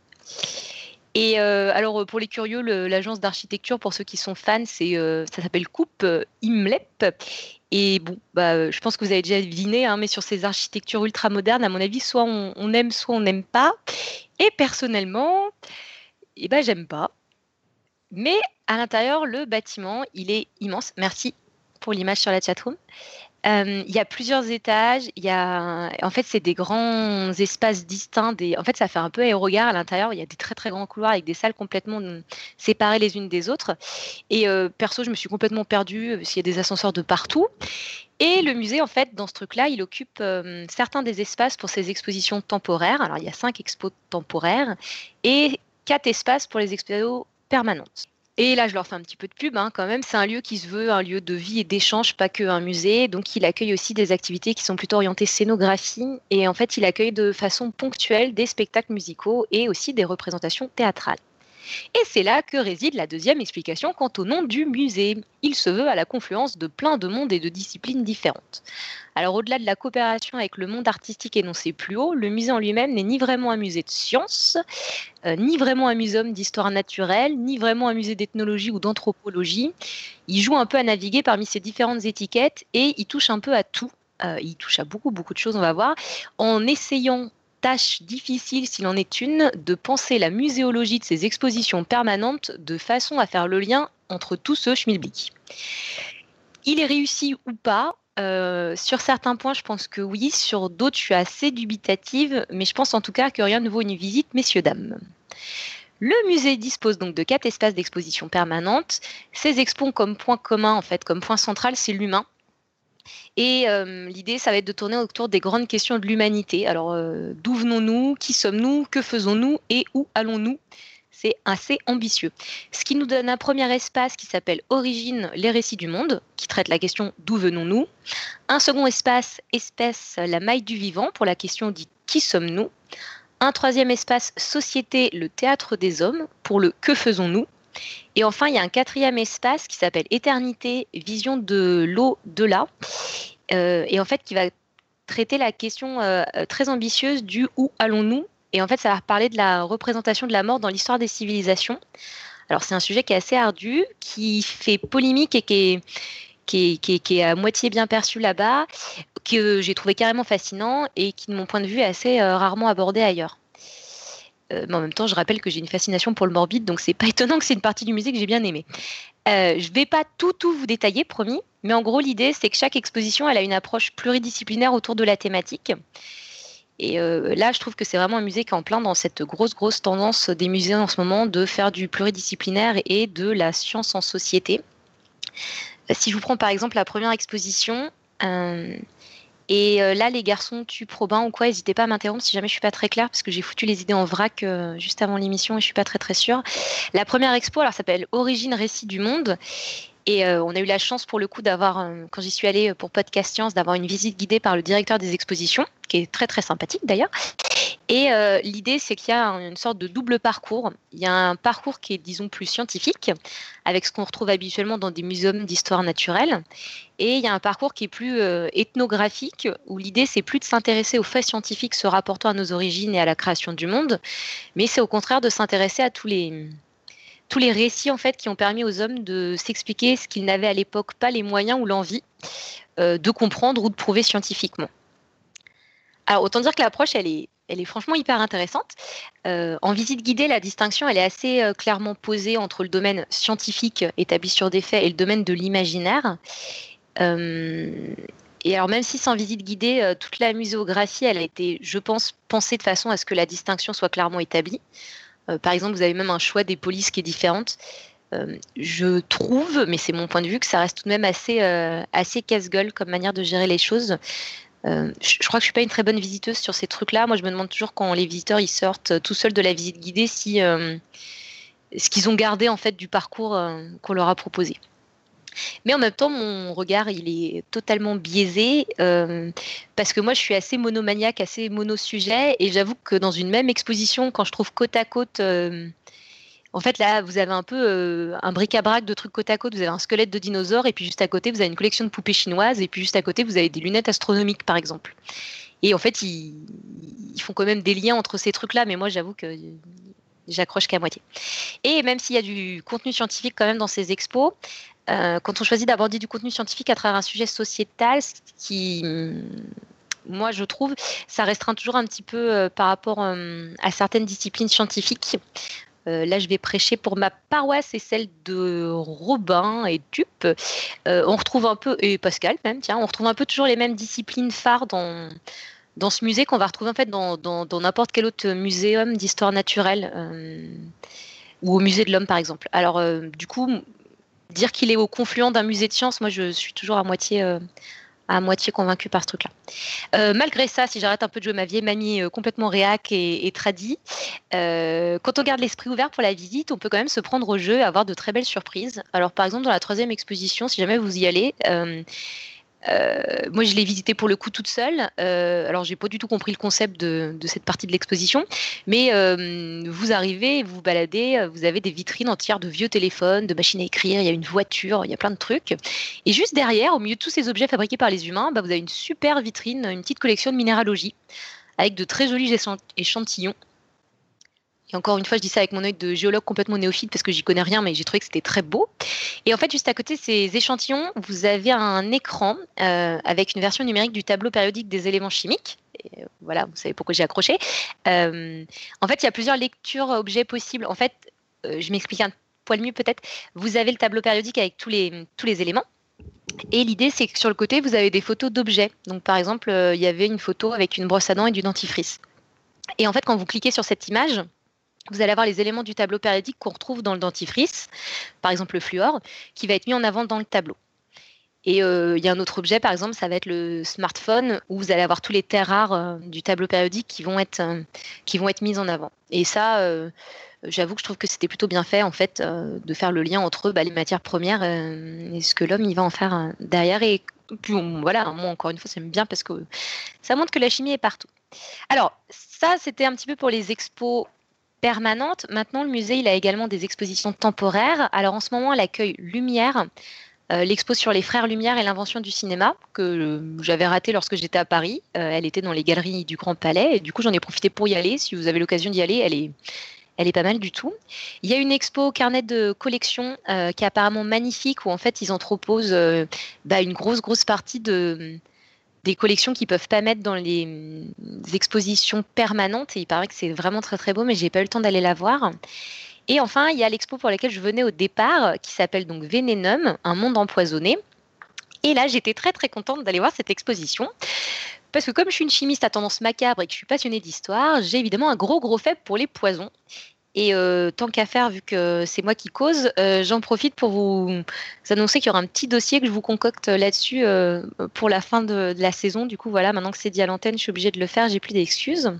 Et alors, pour les curieux, l'agence d'architecture, pour ceux qui sont fans, ça s'appelle Coupe Imlep. Et bon, bah, je pense que vous avez déjà deviné, hein, mais sur ces architectures ultra-modernes, à mon avis, soit on aime, soit on n'aime pas. Et personnellement, eh ben, j'aime pas. Mais à l'intérieur, le bâtiment, il est immense. Merci pour l'image sur la chatroom. Il y a plusieurs étages. En fait, c'est des grands espaces distincts. En fait, ça fait un peu aérogare à l'intérieur. Il y a des très, très grands couloirs avec des salles complètement séparées les unes des autres. Et perso, je me suis complètement perdue s'il y a des ascenseurs de partout. Et le musée, en fait, dans ce truc-là, il occupe certains des espaces pour ses expositions temporaires. Alors, il y a 5 expos temporaires et 4 espaces pour les expos permanentes. Et là, je leur fais un petit peu de pub, hein, quand même. C'est un lieu qui se veut un lieu de vie et d'échange, pas qu'un musée. Donc, il accueille aussi des activités qui sont plutôt orientées scénographie. Et en fait, il accueille de façon ponctuelle des spectacles musicaux et aussi des représentations théâtrales. Et c'est là que réside la deuxième explication quant au nom du musée. Il se veut à la confluence de plein de mondes et de disciplines différentes. Alors au-delà de la coopération avec le monde artistique énoncé plus haut, le musée en lui-même n'est ni vraiment un musée de sciences, ni vraiment un muséum d'histoire naturelle, ni vraiment un musée d'ethnologie ou d'anthropologie. Il joue un peu à naviguer parmi ces différentes étiquettes et il touche un peu à tout. Il touche à beaucoup de choses, on va voir, en essayant, tâche difficile s'il en est une, de penser la muséologie de ces expositions permanentes de façon à faire le lien entre tout ce schmilblick. Il est réussi ou pas? Sur certains points, je pense que oui. Sur d'autres, je suis assez dubitative, mais je pense en tout cas que rien ne vaut une visite, messieurs, dames. Le musée dispose donc de 4 espaces d'exposition permanente. Ces expos ont comme point commun, en fait, comme point central, c'est l'humain. Et l'idée, ça va être de tourner autour des grandes questions de l'humanité. Alors, d'où venons-nous? Qui sommes-nous? Que faisons-nous? Et où allons-nous? C'est assez ambitieux. Ce qui nous donne un premier espace qui s'appelle Origine, les récits du monde, qui traite la question d'où venons-nous. Un second espace, espèce, la maille du vivant, pour la question dite qui sommes-nous. Un troisième espace, société, le théâtre des hommes, pour le que faisons-nous. Et enfin, il y a un quatrième espace qui s'appelle Éternité, vision de l'au-delà, et en fait qui va traiter la question très ambitieuse du où allons-nous. Et en fait, ça va parler de la représentation de la mort dans l'histoire des civilisations. Alors, c'est un sujet qui est assez ardu, qui fait polémique et qui est à moitié bien perçu là-bas, que j'ai trouvé carrément fascinant et qui, de mon point de vue, est assez rarement abordé ailleurs. Mais en même temps, je rappelle que j'ai une fascination pour le morbide, donc c'est pas étonnant que c'est une partie du musée que j'ai bien aimée. Je vais pas tout vous détailler, promis, mais en gros, l'idée, c'est que chaque exposition, elle a une approche pluridisciplinaire autour de la thématique. Et là, je trouve que c'est vraiment un musée qui est en plein dans cette grosse tendance des musées en ce moment de faire du pluridisciplinaire et de la science en société. Si je vous prends par exemple la première exposition, et là, les garçons tuent Probin ou quoi, n'hésitez pas à m'interrompre si jamais je suis pas très claire, parce que j'ai foutu les idées en vrac juste avant l'émission et je suis pas très sûre. La première expo, alors, s'appelle Origine, récit du monde. Et on a eu la chance pour le coup d'avoir, quand j'y suis allée pour Podcast Science, d'avoir une visite guidée par le directeur des expositions, qui est très sympathique d'ailleurs. Et l'idée, c'est qu'il y a une sorte de double parcours. Il y a un parcours qui est, disons, plus scientifique, avec ce qu'on retrouve habituellement dans des muséums d'histoire naturelle. Et il y a un parcours qui est plus ethnographique, où l'idée, c'est plus de s'intéresser aux faits scientifiques se rapportant à nos origines et à la création du monde, mais c'est au contraire de s'intéresser à tous les récits en fait, qui ont permis aux hommes de s'expliquer ce qu'ils n'avaient à l'époque pas les moyens ou l'envie de comprendre ou de prouver scientifiquement. Alors, autant dire que l'approche, elle est franchement hyper intéressante. En visite guidée, la distinction, elle est assez clairement posée entre le domaine scientifique établi sur des faits et le domaine de l'imaginaire. Et alors même si c'est en visite guidée, toute la muséographie, elle a été, je pense, pensée de façon à ce que la distinction soit clairement établie. Par exemple, vous avez même un choix des polices qui est différente. Je trouve, mais c'est mon point de vue, que ça reste tout de même assez casse-gueule comme manière de gérer les choses. Je crois que je suis pas une très bonne visiteuse sur ces trucs-là. Moi, je me demande toujours quand les visiteurs ils sortent tout seuls de la visite guidée si ce qu'ils ont gardé en fait du parcours qu'on leur a proposé. Mais en même temps, mon regard il est totalement biaisé parce que moi, je suis assez monomaniaque, assez monosujet, et j'avoue que dans une même exposition, quand je trouve côte à côte en fait, là, vous avez un peu un bric-à-brac de trucs côte à côte. Vous avez un squelette de dinosaure, et puis juste à côté, vous avez une collection de poupées chinoises, et puis juste à côté, vous avez des lunettes astronomiques, par exemple. Et en fait, ils font quand même des liens entre ces trucs-là, mais moi, j'avoue que j'accroche qu'à moitié. Et même s'il y a du contenu scientifique quand même dans ces expos, quand on choisit d'aborder du contenu scientifique à travers un sujet sociétal, ce qui, moi, je trouve, ça restreint toujours un petit peu par rapport à certaines disciplines scientifiques. Là, je vais prêcher pour ma paroisse et celle de Robin et Dupe. On retrouve un peu, et Pascal même, tiens, on retrouve un peu toujours les mêmes disciplines phares dans ce musée qu'on va retrouver en fait dans n'importe quel autre muséum d'histoire naturelle ou au musée de l'homme, par exemple. Alors, du coup, dire qu'il est au confluent d'un musée de sciences, moi, je suis toujours à moitié convaincue par ce truc-là. Malgré ça, si j'arrête un peu de jouer ma vieille mamie complètement réac et tradie, quand on garde l'esprit ouvert pour la visite, on peut quand même se prendre au jeu et avoir de très belles surprises. Alors par exemple, dans la 3e exposition, si jamais vous y allez, moi je l'ai visité pour le coup toute seule. Alors j'ai pas du tout compris le concept de cette partie de l'exposition, mais vous arrivez, vous vous baladez, vous avez des vitrines entières de vieux téléphones, de machines à écrire, il y a une voiture, il y a plein de trucs. Et juste derrière, au milieu de tous ces objets fabriqués par les humains, vous avez une super vitrine, une petite collection de minéralogie avec de très jolis échantillons. Et encore une fois, je dis ça avec mon œil de géologue complètement néophyte parce que j'y connais rien, mais j'ai trouvé que c'était très beau. Et en fait, juste à côté de ces échantillons, vous avez un écran avec une version numérique du tableau périodique des éléments chimiques. Et voilà, vous savez pourquoi j'ai accroché. En fait, il y a plusieurs lectures objets possibles. En fait, je m'explique un poil mieux peut-être. Vous avez le tableau périodique avec tous les éléments. Et l'idée, c'est que sur le côté, vous avez des photos d'objets. Donc, par exemple, il y avait une photo avec une brosse à dents et du dentifrice. Et en fait, quand vous cliquez sur cette image, vous allez avoir les éléments du tableau périodique qu'on retrouve dans le dentifrice, par exemple le fluor, qui va être mis en avant dans le tableau. Et il y a un autre objet, par exemple, ça va être le smartphone, où vous allez avoir tous les terres rares du tableau périodique qui vont être mises en avant. Et ça, j'avoue que je trouve que c'était plutôt bien fait, en fait, de faire le lien entre les matières premières et ce que l'homme il va en faire derrière. Et puis, voilà, moi, encore une fois, ça m'aime bien parce que ça montre que la chimie est partout. Alors, ça, c'était un petit peu pour les expos permanente. Maintenant, le musée, il a également des expositions temporaires. Alors, en ce moment, elle accueille Lumière, l'expo sur les frères Lumière et l'invention du cinéma, que j'avais raté lorsque j'étais à Paris. Elle était dans les galeries du Grand Palais, et du coup, j'en ai profité pour y aller. Si vous avez l'occasion d'y aller, elle est pas mal du tout. Il y a une expo carnet de collection qui est apparemment magnifique, où en fait, ils entreposent une grosse partie des collections qu'ils peuvent pas mettre dans les expositions permanentes, et il paraît que c'est vraiment très très beau, mais j'ai pas eu le temps d'aller la voir. Et enfin, il y a l'expo pour laquelle je venais au départ, qui s'appelle donc Vénénum, un monde empoisonné. Et là, j'étais très très contente d'aller voir cette exposition, parce que comme je suis une chimiste à tendance macabre et que je suis passionnée d'histoire, j'ai évidemment un gros faible pour les poisons. Et tant qu'à faire, vu que c'est moi qui cause, j'en profite pour vous annoncer qu'il y aura un petit dossier que je vous concocte là-dessus pour la fin de la saison. Du coup, voilà, maintenant que c'est dit à l'antenne, je suis obligée de le faire, j'ai plus d'excuses.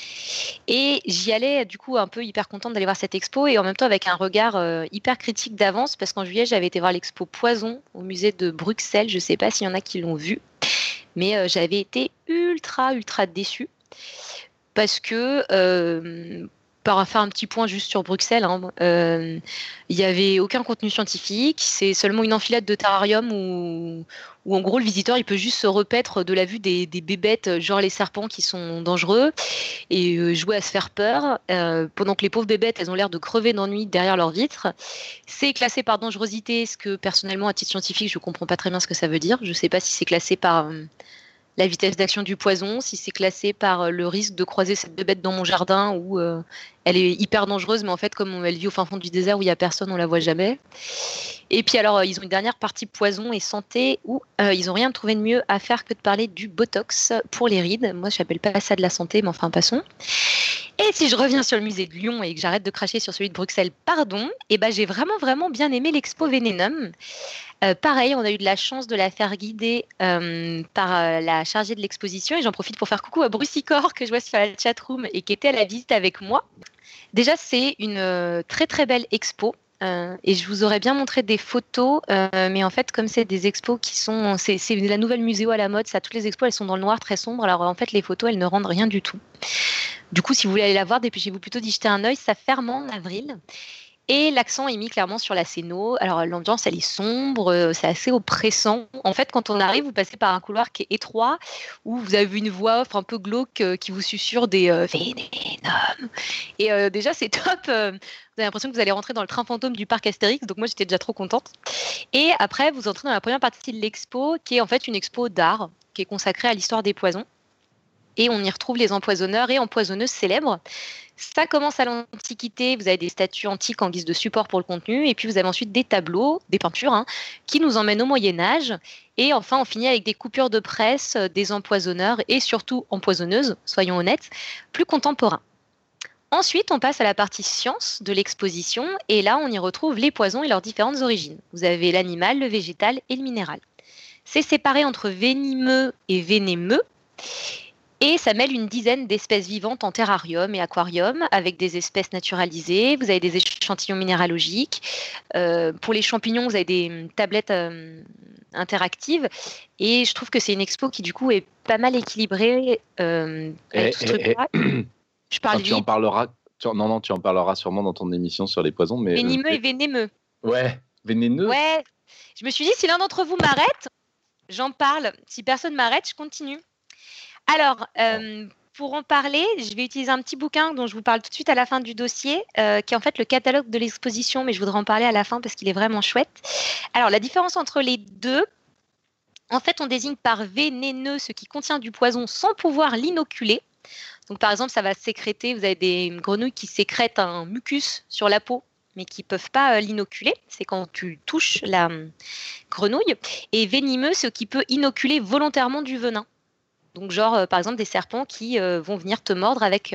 Et j'y allais du coup un peu hyper contente d'aller voir cette expo, et en même temps avec un regard hyper critique d'avance, parce qu'en juillet, j'avais été voir l'expo Poison au musée de Bruxelles. Je ne sais pas s'il y en a qui l'ont vu, mais j'avais été ultra déçue parce que... Pour faire un petit point juste sur Bruxelles, il n'y avait aucun contenu scientifique, c'est seulement une enfilade de terrarium où en gros le visiteur il peut juste se repaître de la vue des bébêtes, genre les serpents qui sont dangereux, et jouer à se faire peur, pendant que les pauvres bébêtes elles ont l'air de crever d'ennui derrière leurs vitres. C'est classé par dangerosité, ce que personnellement à titre scientifique je ne comprends pas très bien ce que ça veut dire. Je ne sais pas si c'est classé par... la vitesse d'action du poison, si c'est classé par le risque de croiser cette bébête dans mon jardin ou elle est hyper dangereuse, mais en fait, comme elle vit au fin fond du désert où il n'y a personne, on la voit jamais. Et puis alors, ils ont une dernière partie poison et santé où ils n'ont rien trouvé de mieux à faire que de parler du Botox pour les rides. Moi, je n'appelle pas ça de la santé, mais enfin, passons. Et si je reviens sur le musée de Lyon et que j'arrête de cracher sur celui de Bruxelles, pardon, et ben j'ai vraiment bien aimé l'expo Vénénum. Pareil, on a eu de la chance de la faire guider par la chargée de l'exposition et j'en profite pour faire coucou à Brucicor que je vois sur la chatroom et qui était à la visite avec moi. Déjà, c'est une très belle expo. Et je vous aurais bien montré des photos, mais en fait, comme c'est des expos qui sont... C'est la nouvelle muséo à la mode, ça, toutes les expos, elles sont dans le noir très sombre, alors en fait, les photos, elles ne rendent rien du tout. Du coup, si vous voulez aller la voir, dépêchez-vous plutôt d'y jeter un œil, ça ferme en avril. Et l'accent est mis clairement sur la scéno. Alors l'ambiance, elle est sombre, c'est assez oppressant. En fait, quand on arrive, vous passez par un couloir qui est étroit, où vous avez une voix off un peu glauque qui vous susurre des Vénénum. Et déjà, c'est top. Vous avez l'impression que vous allez rentrer dans le train fantôme du parc Astérix. Donc moi, j'étais déjà trop contente. Et après, vous entrez dans la première partie de l'expo, qui est en fait une expo d'art, qui est consacrée à l'histoire des poisons. Et on y retrouve les empoisonneurs et empoisonneuses célèbres. Ça commence à l'Antiquité, vous avez des statues antiques en guise de support pour le contenu, et puis vous avez ensuite des tableaux, des peintures, qui nous emmènent au Moyen-Âge. Et enfin, on finit avec des coupures de presse, des empoisonneurs et surtout empoisonneuses, soyons honnêtes, plus contemporains. Ensuite, on passe à la partie science de l'exposition, et là, on y retrouve les poisons et leurs différentes origines. Vous avez l'animal, le végétal et le minéral. C'est séparé entre venimeux et vénémeux. Et ça mêle une dizaine d'espèces vivantes en terrarium et aquarium avec des espèces naturalisées. Vous avez des échantillons minéralogiques. Pour les champignons, vous avez des tablettes interactives. Et je trouve que c'est une expo qui, du coup, est pas mal équilibrée. Je parle tu en parleras. Tu en parleras sûrement dans ton émission sur les poisons. Mais Venimeux et vénémeux. Ouais, vénéneux. Ouais. Je me suis dit, si l'un d'entre vous m'arrête, j'en parle. Si personne m'arrête, je continue. Alors, pour en parler, je vais utiliser un petit bouquin dont je vous parle tout de suite à la fin du dossier, qui est en fait le catalogue de l'exposition, mais je voudrais en parler à la fin parce qu'il est vraiment chouette. Alors, la différence entre les deux, en fait, on désigne par vénéneux ce qui contient du poison sans pouvoir l'inoculer. Donc, par exemple, ça va sécréter, vous avez des grenouilles qui sécrètent un mucus sur la peau, mais qui ne peuvent pas l'inoculer. C'est quand tu touches la grenouille. Et venimeux, ce qui peut inoculer volontairement du venin. Donc, genre, par exemple, des serpents qui vont venir te mordre avec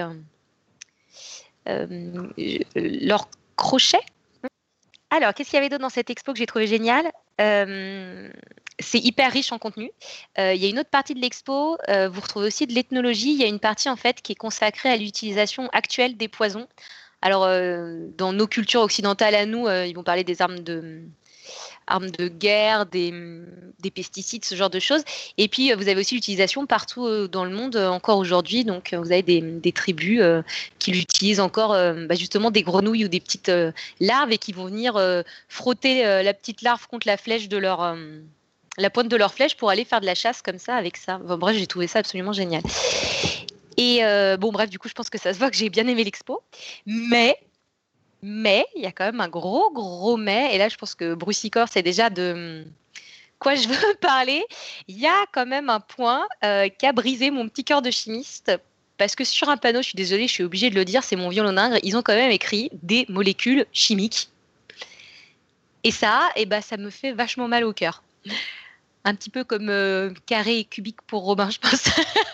leur crochet. Alors, qu'est-ce qu'il y avait d'autre dans cette expo que j'ai trouvé génial ? C'est hyper riche en contenu. Il y a une autre partie de l'expo, vous retrouvez aussi de l'ethnologie. Il y a une partie, en fait, qui est consacrée à l'utilisation actuelle des poisons. Alors, dans nos cultures occidentales à nous, ils vont parler des armes de guerre, des pesticides, ce genre de choses. Et puis, vous avez aussi l'utilisation partout dans le monde, encore aujourd'hui. Donc, vous avez des tribus qui l'utilisent encore, justement, des grenouilles ou des petites larves et qui vont venir frotter la petite larve contre la flèche de la pointe de leur flèche pour aller faire de la chasse comme ça, avec ça. Enfin, bref, j'ai trouvé ça absolument génial. Et bref, du coup, je pense que ça se voit que j'ai bien aimé l'expo. Mais il y a quand même un gros mais, et là je pense que Brucicor c'est déjà de quoi je veux parler. Il y a quand même un point qui a brisé mon petit cœur de chimiste, parce que sur un panneau, je suis désolée, je suis obligée de le dire, c'est mon violon-ingre, ils ont quand même écrit des molécules chimiques. Et ça, ça me fait vachement mal au cœur. Un petit peu comme carré et cubique pour Robin, je pense.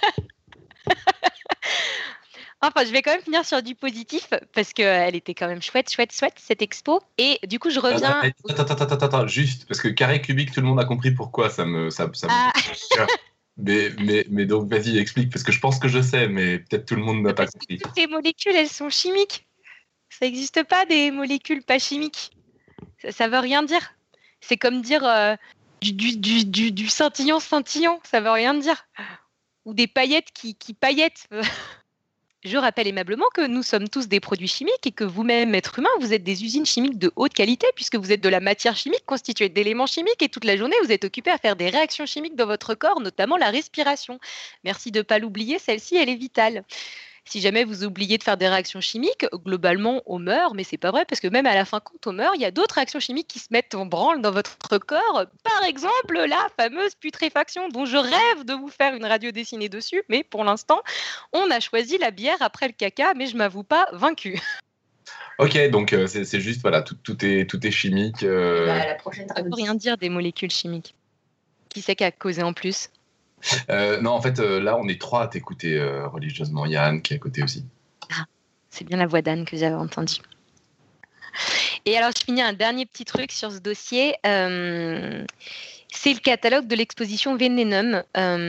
Enfin, je vais quand même finir sur du positif parce qu'elle était quand même chouette, cette expo. Et du coup, je reviens... Attends, juste, parce que carré cubique, tout le monde a compris pourquoi ça me... mais donc, vas-y, explique, parce que je pense que je sais, mais peut-être tout le monde n'a pas compris. Toutes les molécules, elles sont chimiques. Ça n'existe pas des molécules pas chimiques. Ça veut rien dire. C'est comme dire du scintillant, ça veut rien dire. Ou des paillettes qui paillettent. Je rappelle aimablement que nous sommes tous des produits chimiques et que vous-même, être humain, vous êtes des usines chimiques de haute qualité puisque vous êtes de la matière chimique constituée d'éléments chimiques et toute la journée, vous êtes occupé à faire des réactions chimiques dans votre corps, notamment la respiration. Merci de ne pas l'oublier, celle-ci, elle est vitale. si jamais vous oubliez de faire des réactions chimiques, globalement, on meurt, mais c'est pas vrai, parce que même à la fin, quand on meurt, il y a d'autres réactions chimiques qui se mettent en branle dans votre corps. Par exemple, la fameuse putréfaction, dont je rêve de vous faire une radio dessinée dessus, mais pour l'instant, on a choisi la bière après le caca, mais je m'avoue pas vaincue. Ok, donc c'est juste, voilà, tout est chimique. La prochaine radio. Ça ne veut rien dire des molécules chimiques. Qui c'est qui a causé en plus? Non, en fait, là, on est 3 à t'écouter religieusement. Il y a Anne qui est à côté aussi. Ah, c'est bien la voix d'Anne que j'avais entendue. Et alors, je finis un dernier petit truc sur ce dossier. C'est le catalogue de l'exposition Venenum.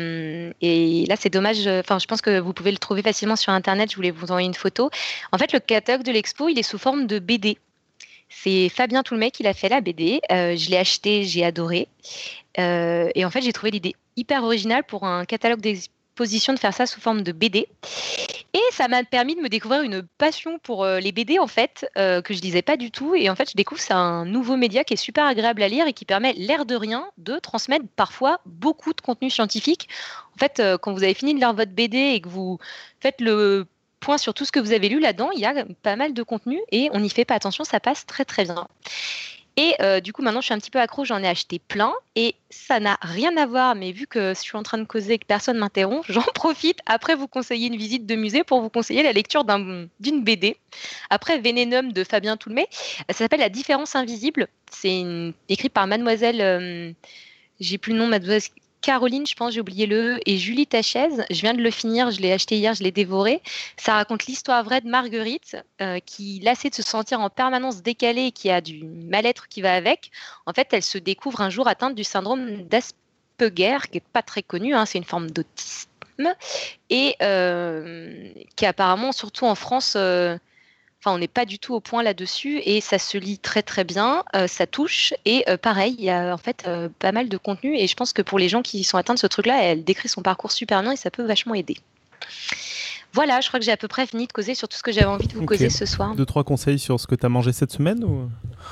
Et là, c'est dommage. Enfin, je pense que vous pouvez le trouver facilement sur Internet. Je voulais vous envoyer une photo. En fait, le catalogue de l'expo, il est sous forme de BD. C'est Fabien Toulmé qui l'a fait, la BD. Je l'ai acheté, j'ai adoré. Et en fait, j'ai trouvé l'idée hyper originale pour un catalogue d'exposition de faire ça sous forme de BD. Et ça m'a permis de me découvrir une passion pour les BD, en fait, que je lisais pas du tout. Et en fait, je découvre que c'est un nouveau média qui est super agréable à lire et qui permet, l'air de rien, de transmettre parfois beaucoup de contenu scientifique. En fait, quand vous avez fini de lire votre BD et que vous faites le point sur tout ce que vous avez lu là-dedans, il y a pas mal de contenu et on n'y fait pas attention, ça passe très très bien. Et du coup, maintenant, je suis un petit peu accro, j'en ai acheté plein et ça n'a rien à voir, mais vu que je suis en train de causer et que personne m'interrompt, j'en profite après vous conseiller une visite de musée pour vous conseiller la lecture d'une BD. Après Venenum de Fabien Toulmé, ça s'appelle La différence invisible. C'est écrit par mademoiselle, j'ai plus le nom, mademoiselle Caroline, je pense, j'ai oublié le E, et Julie Tachez. Je viens de le finir, je l'ai acheté hier, je l'ai dévoré. Ça raconte l'histoire vraie de Marguerite, qui, lassée de se sentir en permanence décalée et qui a du mal-être qui va avec. En fait, elle se découvre un jour atteinte du syndrome d'Asperger, qui n'est pas très connu, hein, c'est une forme d'autisme, et qui apparemment, surtout en France, on n'est pas du tout au point là-dessus et ça se lit très très bien, ça touche et pareil, il y a en fait pas mal de contenu et je pense que pour les gens qui sont atteints de ce truc-là, elle décrit son parcours super bien et ça peut vachement aider. Voilà, je crois que j'ai à peu près fini de causer sur tout ce que j'avais envie de vous causer ce soir. 2-3 conseils sur ce que tu as mangé cette semaine ou...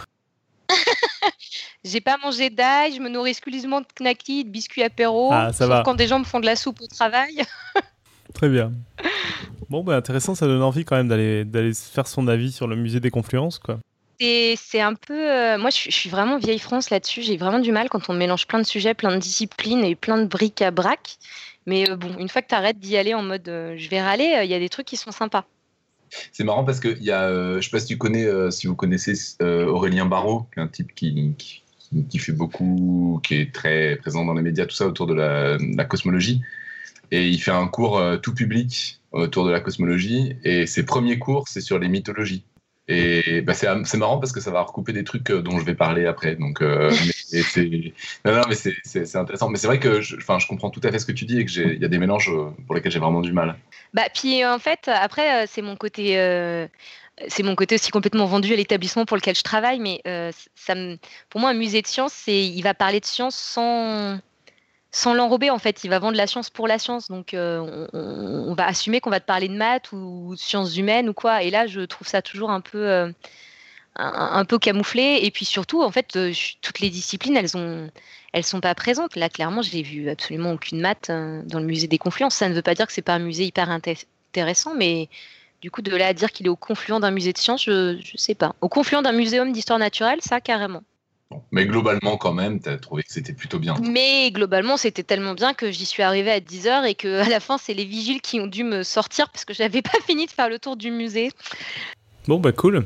J'ai pas mangé d'ail, je me nourris exclusivement de knackis, de biscuits apéro, ça va. Quand des gens me font de la soupe au travail. Très bien. Bon, intéressant, ça donne envie quand même d'aller faire son avis sur le musée des Confluences, quoi. C'est un peu... moi, je suis vraiment vieille France là-dessus. J'ai vraiment du mal quand on mélange plein de sujets, plein de disciplines et plein de bric-à-brac. Mais bon, une fois que tu arrêtes d'y aller en mode je vais râler, il y a des trucs qui sont sympas. C'est marrant parce qu'il y a, je sais pas si tu connais, si vous connaissez Aurélien Barraud, qui est un type qui fait beaucoup, qui est très présent dans les médias, tout ça autour de la cosmologie. Et il fait un cours tout public autour de la cosmologie. Et ses premiers cours, c'est sur les mythologies. Et c'est marrant parce que ça va recouper des trucs dont je vais parler après. Donc, c'est intéressant. Mais c'est vrai que je comprends tout à fait ce que tu dis et qu'il y a des mélanges pour lesquels j'ai vraiment du mal. Puis en fait, après, c'est mon côté aussi complètement vendu à l'établissement pour lequel je travaille. Mais pour moi, un musée de sciences, il va parler de science sans l'enrober, en fait. Il va vendre la science pour la science. Donc, on va assumer qu'on va te parler de maths ou de sciences humaines ou quoi. Et là, je trouve ça toujours un peu camouflé. Et puis surtout, en fait, toutes les disciplines, elles sont pas présentes. Là, clairement, je n'ai vu absolument aucune maths dans le musée des Confluences. Ça ne veut pas dire que c'est pas un musée hyper intéressant, mais du coup, de là à dire qu'il est au confluent d'un musée de sciences, je sais pas. Au confluent d'un muséum d'histoire naturelle, ça, carrément. Mais globalement, quand même, tu as trouvé que c'était plutôt bien. Mais globalement, c'était tellement bien que j'y suis arrivée à 10h et qu'à la fin, c'est les vigiles qui ont dû me sortir parce que je n'avais pas fini de faire le tour du musée. Bon, cool.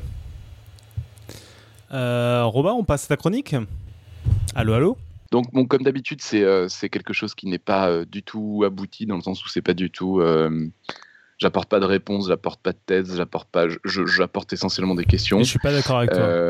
Robin, on passe à ta chronique. Allô. Donc, comme d'habitude, c'est quelque chose qui n'est pas du tout abouti, dans le sens où c'est pas du tout... j'apporte pas de réponse, j'apporte pas de thèse, j'apporte essentiellement des questions. Et je suis pas d'accord avec toi.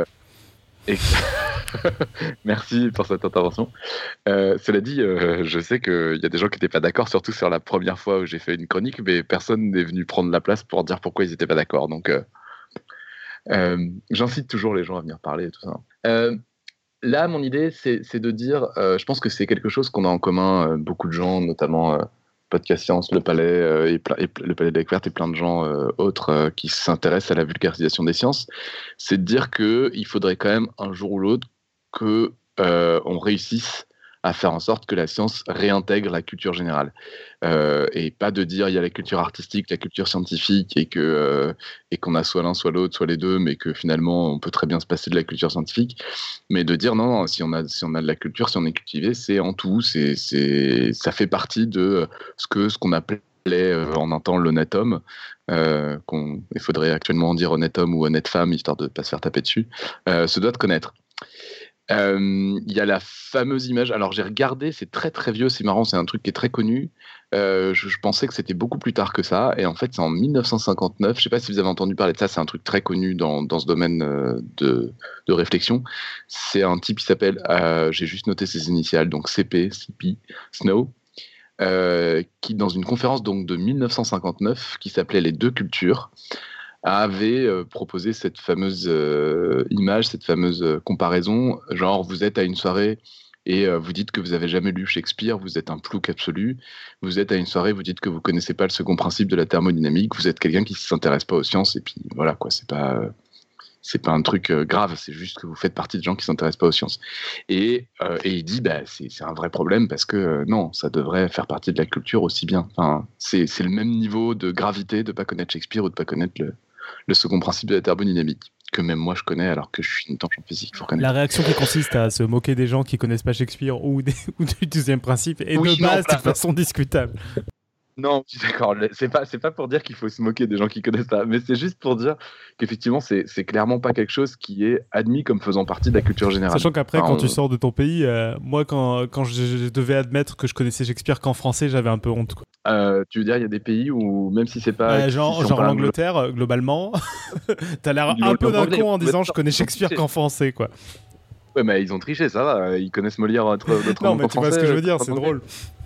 Merci pour cette intervention. Cela dit, je sais qu'il y a des gens qui n'étaient pas d'accord, surtout sur la première fois où j'ai fait une chronique, mais personne n'est venu prendre la place pour dire pourquoi ils n'étaient pas d'accord. Donc, j'incite toujours les gens à venir parler et tout ça. Là, mon idée, c'est de dire, je pense que c'est quelque chose qu'on a en commun, beaucoup de gens, notamment Podcast Science, Le Palais, Le Palais de la Découverte et plein de gens autres qui s'intéressent à la vulgarisation des sciences, c'est de dire qu'il faudrait quand même un jour ou l'autre qu'on réussisse à faire en sorte que la science réintègre la culture générale. Et pas de dire il y a la culture artistique, la culture scientifique, et qu'on a soit l'un, soit l'autre, soit les deux, mais que finalement on peut très bien se passer de la culture scientifique, mais de dire non, si on a de la culture, si on est cultivé, c'est en tout, ça fait partie de ce qu'on appelait en un temps l'honnête homme, il faudrait actuellement dire honnête homme ou honnête femme, histoire de ne pas se faire taper dessus, se doit de connaître. Il y a la fameuse image, alors j'ai regardé, c'est très très vieux, c'est marrant, c'est un truc qui est très connu, je pensais que c'était beaucoup plus tard que ça, et en fait c'est en 1959, je sais pas si vous avez entendu parler de ça, c'est un truc très connu dans ce domaine de réflexion. C'est un type qui s'appelle, j'ai juste noté ses initiales, donc CP, Snow, qui dans une conférence donc de 1959 qui s'appelait Les deux cultures, avait proposé cette fameuse image, cette fameuse comparaison, genre vous êtes à une soirée et vous dites que vous avez jamais lu Shakespeare, vous êtes un plouc absolu, vous êtes à une soirée, vous dites que vous connaissez pas le second principe de la thermodynamique, vous êtes quelqu'un qui ne s'intéresse pas aux sciences, et puis voilà quoi, c'est pas un truc grave, c'est juste que vous faites partie de gens qui ne s'intéressent pas aux sciences. Et il dit, c'est un vrai problème parce que non, ça devrait faire partie de la culture aussi bien. Enfin, c'est le même niveau de gravité de ne pas connaître Shakespeare ou de ne pas connaître le second principe de la thermodynamique, que même moi je connais alors que je suis une tangente physique. Faut connaître. La réaction qui consiste à se moquer des gens qui ne connaissent pas Shakespeare ou du deuxième principe est de base de façon discutable. Non, je suis d'accord. C'est pas pour dire qu'il faut se moquer des gens qui connaissent ça, mais c'est juste pour dire qu'effectivement, c'est clairement pas quelque chose qui est admis comme faisant partie de la culture générale. Sachant qu'après, quand tu sors de ton pays, moi, quand je devais admettre que je connaissais Shakespeare qu'en français, j'avais un peu honte, quoi. Tu veux dire, il y a des pays où, même si c'est pas... genre l'Angleterre, globalement, t'as l'air un peu d'un con en disant je connais Shakespeare qu'en français, quoi. Ouais, mais ils ont triché, ça va. Ils connaissent Molière d'autres non, mais tu vois ce que je veux dire, c'est drôle.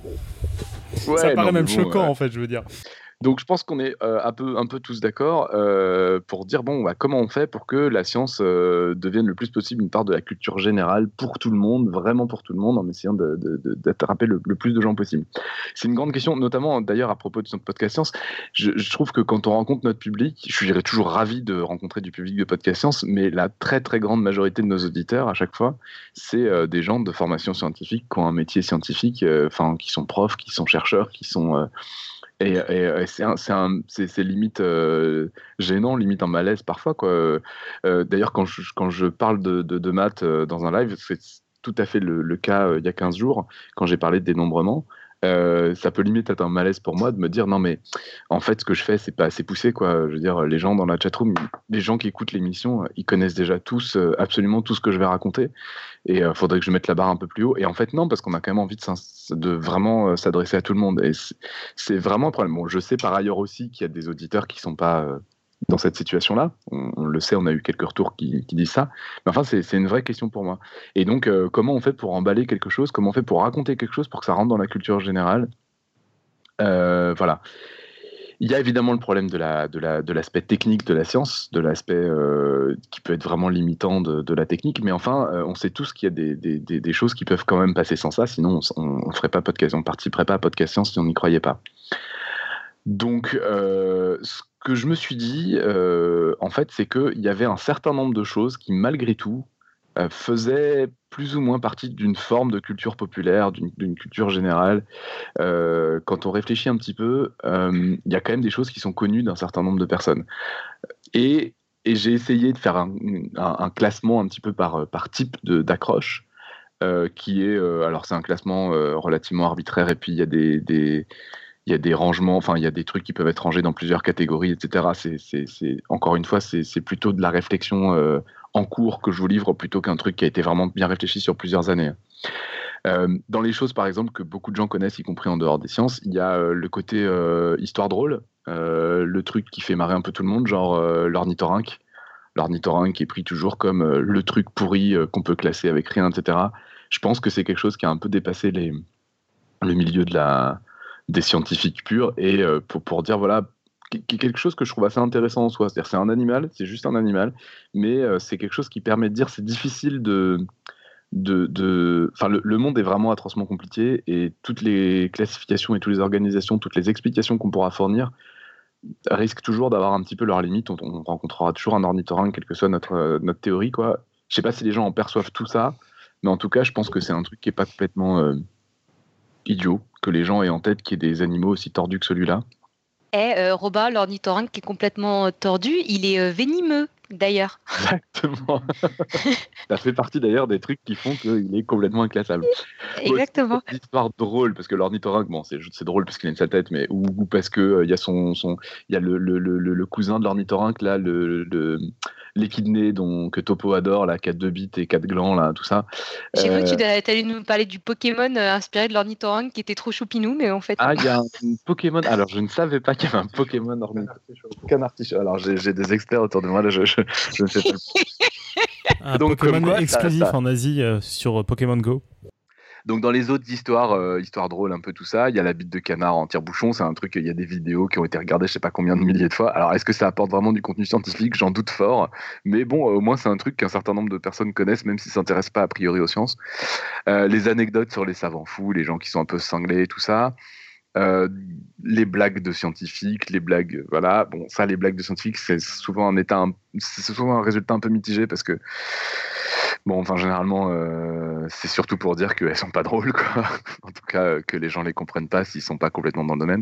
Ouais, ça paraît même choquant, en fait, je veux dire. Donc je pense qu'on est un peu tous d'accord pour dire comment on fait pour que la science devienne le plus possible une part de la culture générale pour tout le monde, vraiment pour tout le monde, en essayant d'attraper le plus de gens possible. C'est une grande question, notamment d'ailleurs à propos de notre podcast Science. Je trouve que quand on rencontre notre public, je suis toujours ravi de rencontrer du public de podcast Science, mais la très très grande majorité de nos auditeurs à chaque fois, c'est des gens de formation scientifique qui ont un métier scientifique, qui sont profs, qui sont chercheurs, qui sont... Et c'est limite gênant, limite un malaise parfois, quoi. D'ailleurs, quand je parle de maths dans un live, c'est tout à fait le cas il y a 15 jours, quand j'ai parlé de dénombrement. Ça peut limite être un malaise pour moi de me dire non mais en fait ce que je fais c'est pas assez poussé, quoi. Je veux dire, les gens dans la chatroom, les gens qui écoutent l'émission, ils connaissent déjà tous absolument tout ce que je vais raconter, et faudrait que je mette la barre un peu plus haut, et en fait non, parce qu'on a quand même envie de vraiment s'adresser à tout le monde, et c'est vraiment un problème. Bon, je sais par ailleurs aussi qu'il y a des auditeurs qui sont pas dans cette situation-là, on le sait, on a eu quelques retours qui disent ça, mais enfin c'est une vraie question pour moi. Et donc comment on fait pour emballer quelque chose, comment on fait pour raconter quelque chose pour que ça rentre dans la culture générale, voilà. Il y a évidemment le problème de l'aspect technique de la science, de l'aspect qui peut être vraiment limitant de la technique, mais enfin on sait tous qu'il y a des choses qui peuvent quand même passer sans ça, sinon on ferait pas podcast, on participerait pas à Podcast Science si on n'y croyait pas. Donc ce que je me suis dit, en fait, c'est qu'il y avait un certain nombre de choses qui, malgré tout, faisaient plus ou moins partie d'une forme de culture populaire, d'une culture générale. Quand on réfléchit un petit peu, il y a quand même des choses qui sont connues d'un certain nombre de personnes. Et j'ai essayé de faire un classement un petit peu par type d'accroche, qui est... alors, c'est un classement relativement arbitraire, et puis il y a il y a des rangements, enfin il y a des trucs qui peuvent être rangés dans plusieurs catégories, etc. Encore une fois, c'est plutôt de la réflexion en cours que je vous livre, plutôt qu'un truc qui a été vraiment bien réfléchi sur plusieurs années. Dans les choses, par exemple, que beaucoup de gens connaissent, y compris en dehors des sciences, il y a le côté histoire drôle, le truc qui fait marrer un peu tout le monde, genre l'ornithorynque. L'ornithorynque est pris toujours comme le truc pourri qu'on peut classer avec rien, etc. Je pense que c'est quelque chose qui a un peu dépassé le milieu des scientifiques purs, et pour dire, voilà, quelque chose que je trouve assez intéressant en soi. C'est-à-dire, c'est un animal, c'est juste un animal, mais c'est quelque chose qui permet de dire, c'est difficile enfin, le monde est vraiment atrocement compliqué, et toutes les classifications et toutes les organisations, toutes les explications qu'on pourra fournir risquent toujours d'avoir un petit peu leurs limites. On rencontrera toujours un ornithorynque, quelle que soit notre théorie, quoi. Je sais pas si les gens en perçoivent tout ça, Mais en tout cas, je pense que c'est un truc qui est pas complètement idiot, que les gens aient en tête qu'il y ait des animaux aussi tordus que celui-là. Robin, l'ornithorynque qui est complètement tordu, il est venimeux d'ailleurs. Exactement. Ça fait partie d'ailleurs des trucs qui font qu'il est complètement inclassable. Exactement. Une histoire drôle, parce que l'ornithorynque, bon, c'est drôle parce qu'il a une sale tête, mais ou parce que il y a il y a le cousin de l'ornithorynque là, l'échidné que Topo adore là, qui a 2 bites et 4 glands là, tout ça. J'ai cru que tu allais nous parler du Pokémon inspiré de l'ornithorynque qui était trop choupinou, mais en fait. Ah, il y a un Pokémon. Alors, je ne savais pas qu'il y avait un Pokémon ornithorynque. Canartichaut. Alors, j'ai des experts autour de moi là, je ne sais pas. Un Donc, Pokémon quoi, exclusif en Asie sur Pokémon Go. Donc dans les autres histoires drôles, un peu tout ça, il y a la bite de canard en tire-bouchon, c'est un truc, il y a des vidéos qui ont été regardées je sais pas combien de milliers de fois. Alors est-ce que ça apporte vraiment du contenu scientifique? J'en doute fort, mais bon, au moins c'est un truc qu'un certain nombre de personnes connaissent, même s'ils s'intéressent pas a priori aux sciences. Les anecdotes sur les savants fous, les gens qui sont un peu cinglés, tout ça. Les blagues de scientifiques, les blagues, voilà. Bon, ça, les blagues de scientifiques, c'est souvent un résultat un peu mitigé parce que, bon, enfin, généralement, c'est surtout pour dire qu'elles sont pas drôles, quoi. En tout cas, que les gens les comprennent pas s'ils sont pas complètement dans le domaine.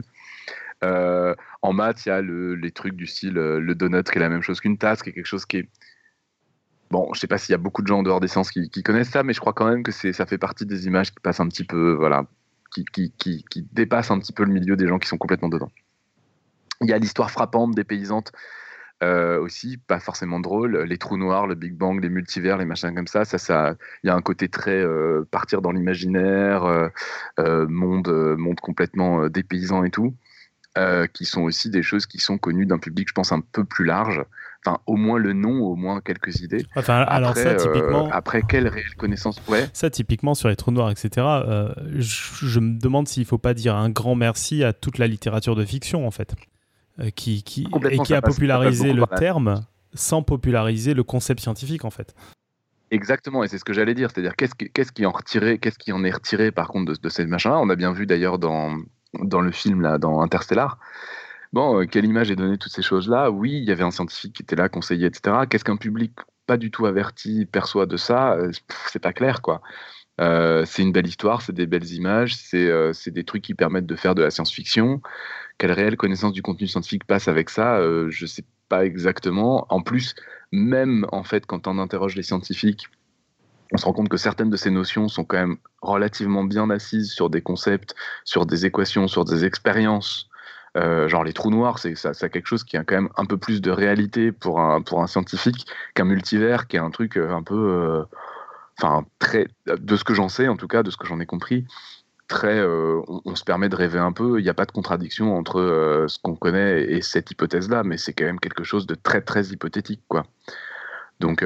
En maths, il y a les trucs du style le donut qui est la même chose qu'une tasse, qui est quelque chose qui est bon, je sais pas s'il y a beaucoup de gens en dehors des sciences qui connaissent ça, mais je crois quand même que ça fait partie des images qui passent un petit peu, voilà, qui dépassent un petit peu le milieu des gens qui sont complètement dedans. Il y a l'histoire frappante des paysantes aussi, pas forcément drôle, les trous noirs, le Big Bang, les multivers, les machins comme ça, il y a un côté très partir dans l'imaginaire, monde complètement dépaysant et tout, qui sont aussi des choses qui sont connues d'un public, je pense, un peu plus large. Enfin, au moins le nom, au moins quelques idées. Enfin, alors ça, typiquement... après, quelle réelle connaissance? Ouais. Ça, typiquement, sur les trous noirs, etc., je me demande s'il ne faut pas dire un grand merci à toute la littérature de fiction, en fait, qui a popularisé le terme sans populariser le concept scientifique, en fait. Exactement, et c'est ce que j'allais dire. C'est-à-dire, qu'est-ce qui en est retiré, par contre, de ces machins-là? On a bien vu, d'ailleurs, dans le film, là, dans Interstellar. Bon, quelle image est donnée de toutes ces choses-là? Oui, il y avait un scientifique qui était là, conseiller, etc. Qu'est-ce qu'un public pas du tout averti perçoit de ça? C'est pas clair, quoi. C'est une belle histoire, c'est des belles images, c'est des trucs qui permettent de faire de la science-fiction. Quelle réelle connaissance du contenu scientifique passe avec ça? Je sais pas exactement. En plus, même en fait, quand on interroge les scientifiques, on se rend compte que certaines de ces notions sont quand même relativement bien assises sur des concepts, sur des équations, sur des expériences. Genre les trous noirs, c'est quelque chose qui a quand même un peu plus de réalité pour un scientifique qu'un multivers, qui est un truc un peu, enfin très, de ce que j'en sais en tout cas, de ce que j'en ai compris, très, on se permet de rêver un peu. Il n'y a pas de contradiction entre ce qu'on connaît et cette hypothèse-là, mais c'est quand même quelque chose de très très hypothétique, quoi. Donc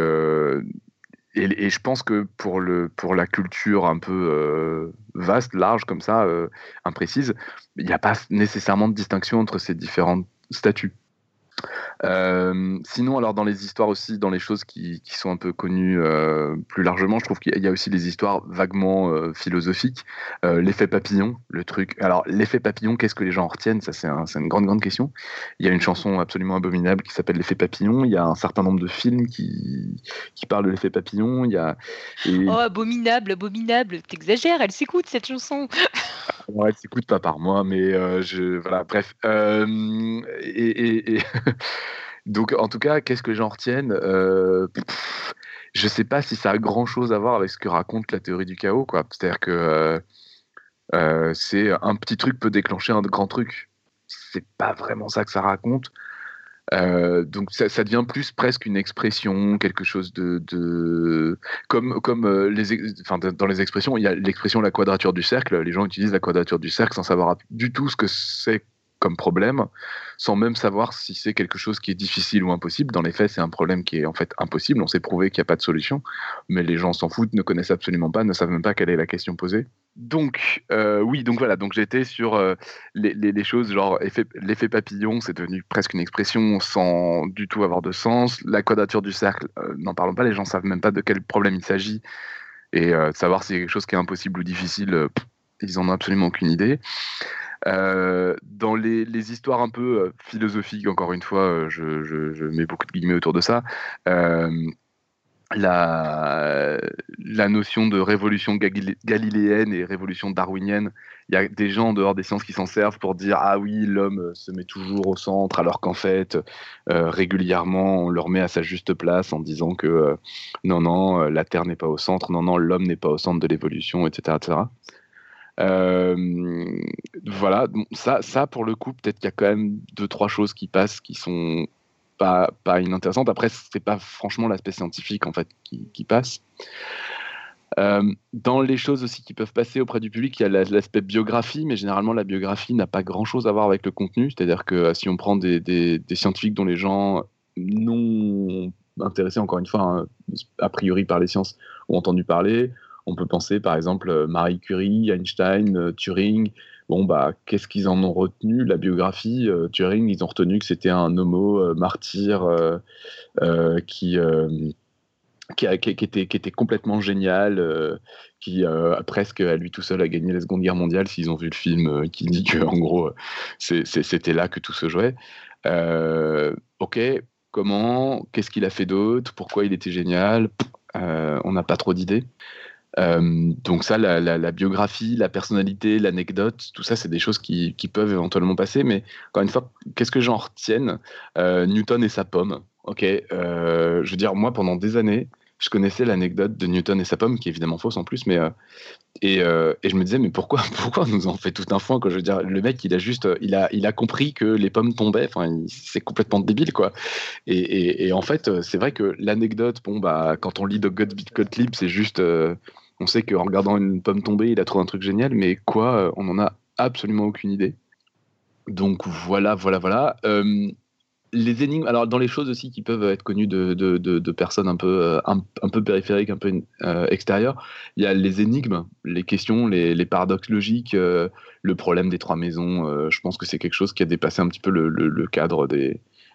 et je pense que pour la culture un peu vaste, large comme ça, imprécise, il n'y a pas nécessairement de distinction entre ces différents statuts. Sinon, alors dans les histoires aussi, dans les choses qui sont un peu connues plus largement, je trouve qu'il y a aussi les histoires vaguement philosophiques. L'effet papillon, le truc. Alors l'effet papillon, qu'est-ce que les gens en retiennent? Ça, c'est une grande question. Il y a une chanson absolument abominable qui s'appelle L'effet papillon. Il y a un certain nombre de films qui parlent de l'effet papillon. Oh, abominable, t'exagères, elle s'écoute cette chanson. Ouais, elle s'écoute pas par moi, mais voilà, bref. Donc, en tout cas, qu'est-ce que j'en retienne? Je sais pas si ça a grand-chose à voir avec ce que raconte la théorie du chaos, quoi. C'est-à-dire que c'est un petit truc peut déclencher un grand truc. C'est pas vraiment ça que ça raconte. Donc ça devient plus presque une expression, quelque chose de comme dans les expressions, il y a l'expression la quadrature du cercle. Les gens utilisent la quadrature du cercle sans savoir du tout ce que c'est comme problème, sans même savoir si c'est quelque chose qui est difficile ou impossible. Dans les faits, c'est un problème qui est en fait impossible. On s'est prouvé qu'il n'y a pas de solution, mais les gens s'en foutent, ne connaissent absolument pas, ne savent même pas quelle est la question posée. Donc oui, donc voilà, donc j'étais sur les choses genre l'effet papillon, c'est devenu presque une expression sans du tout avoir de sens. La quadrature du cercle, n'en parlons pas, les gens savent même pas de quel problème il s'agit, et savoir si c'est quelque chose qui est impossible ou difficile, ils en ont absolument aucune idée. Dans les histoires un peu philosophiques, encore une fois, je mets beaucoup de guillemets autour de ça. la notion de révolution galiléenne et révolution darwinienne. Il y a des gens en dehors des sciences qui s'en servent pour dire ah oui, l'homme se met toujours au centre, alors qu'en fait, régulièrement, on le remet à sa juste place en disant que non, la Terre n'est pas au centre, non, l'homme n'est pas au centre de l'évolution, etc., etc. Voilà, bon, ça pour le coup, peut-être qu'il y a quand même 2-3 choses qui passent qui sont pas inintéressantes. Après, c'est pas franchement l'aspect scientifique en fait qui passe. Dans les choses aussi qui peuvent passer auprès du public, il y a l'aspect biographie, mais généralement la biographie n'a pas grand-chose à voir avec le contenu. C'est-à-dire que si on prend des scientifiques dont les gens non intéressés, encore une fois, hein, a priori par les sciences, ont entendu parler, on peut penser par exemple Marie Curie, Einstein, Turing. Bon, bah, qu'est-ce qu'ils en ont retenu? La biographie, Turing, ils ont retenu que c'était un homo martyr qui était complètement génial, qui presque à lui tout seul a gagné la Seconde Guerre mondiale, s'ils ont vu le film qui dit que en gros c'était là que tout se jouait. Ok, comment? Qu'est-ce qu'il a fait d'autre? Pourquoi il était génial? On n'a pas trop d'idées. Donc ça, la biographie, la personnalité, l'anecdote, tout ça, c'est des choses qui peuvent éventuellement passer. Mais encore une fois, qu'est-ce que j'en retienne? Newton et sa pomme. Ok, je veux dire, moi, pendant des années, je connaissais l'anecdote de Newton et sa pomme, qui est évidemment fausse en plus, mais et je me disais, mais pourquoi on nous en fait tout un foin, quoi? Je veux dire, le mec, il a compris que les pommes tombaient. Enfin, c'est complètement débile, quoi. Et en fait, c'est vrai que l'anecdote, bon, bah, quand on lit The Gottlieb, c'est juste, on sait qu'en regardant une pomme tomber, il a trouvé un truc génial, mais quoi, on n'en a absolument aucune idée. Donc voilà. Les énigmes, alors dans les choses aussi qui peuvent être connues de personnes un peu périphériques, un peu extérieures, il y a les énigmes, les questions, les paradoxes logiques, le problème des 3 maisons. Je pense que c'est quelque chose qui a dépassé un petit peu le cadre des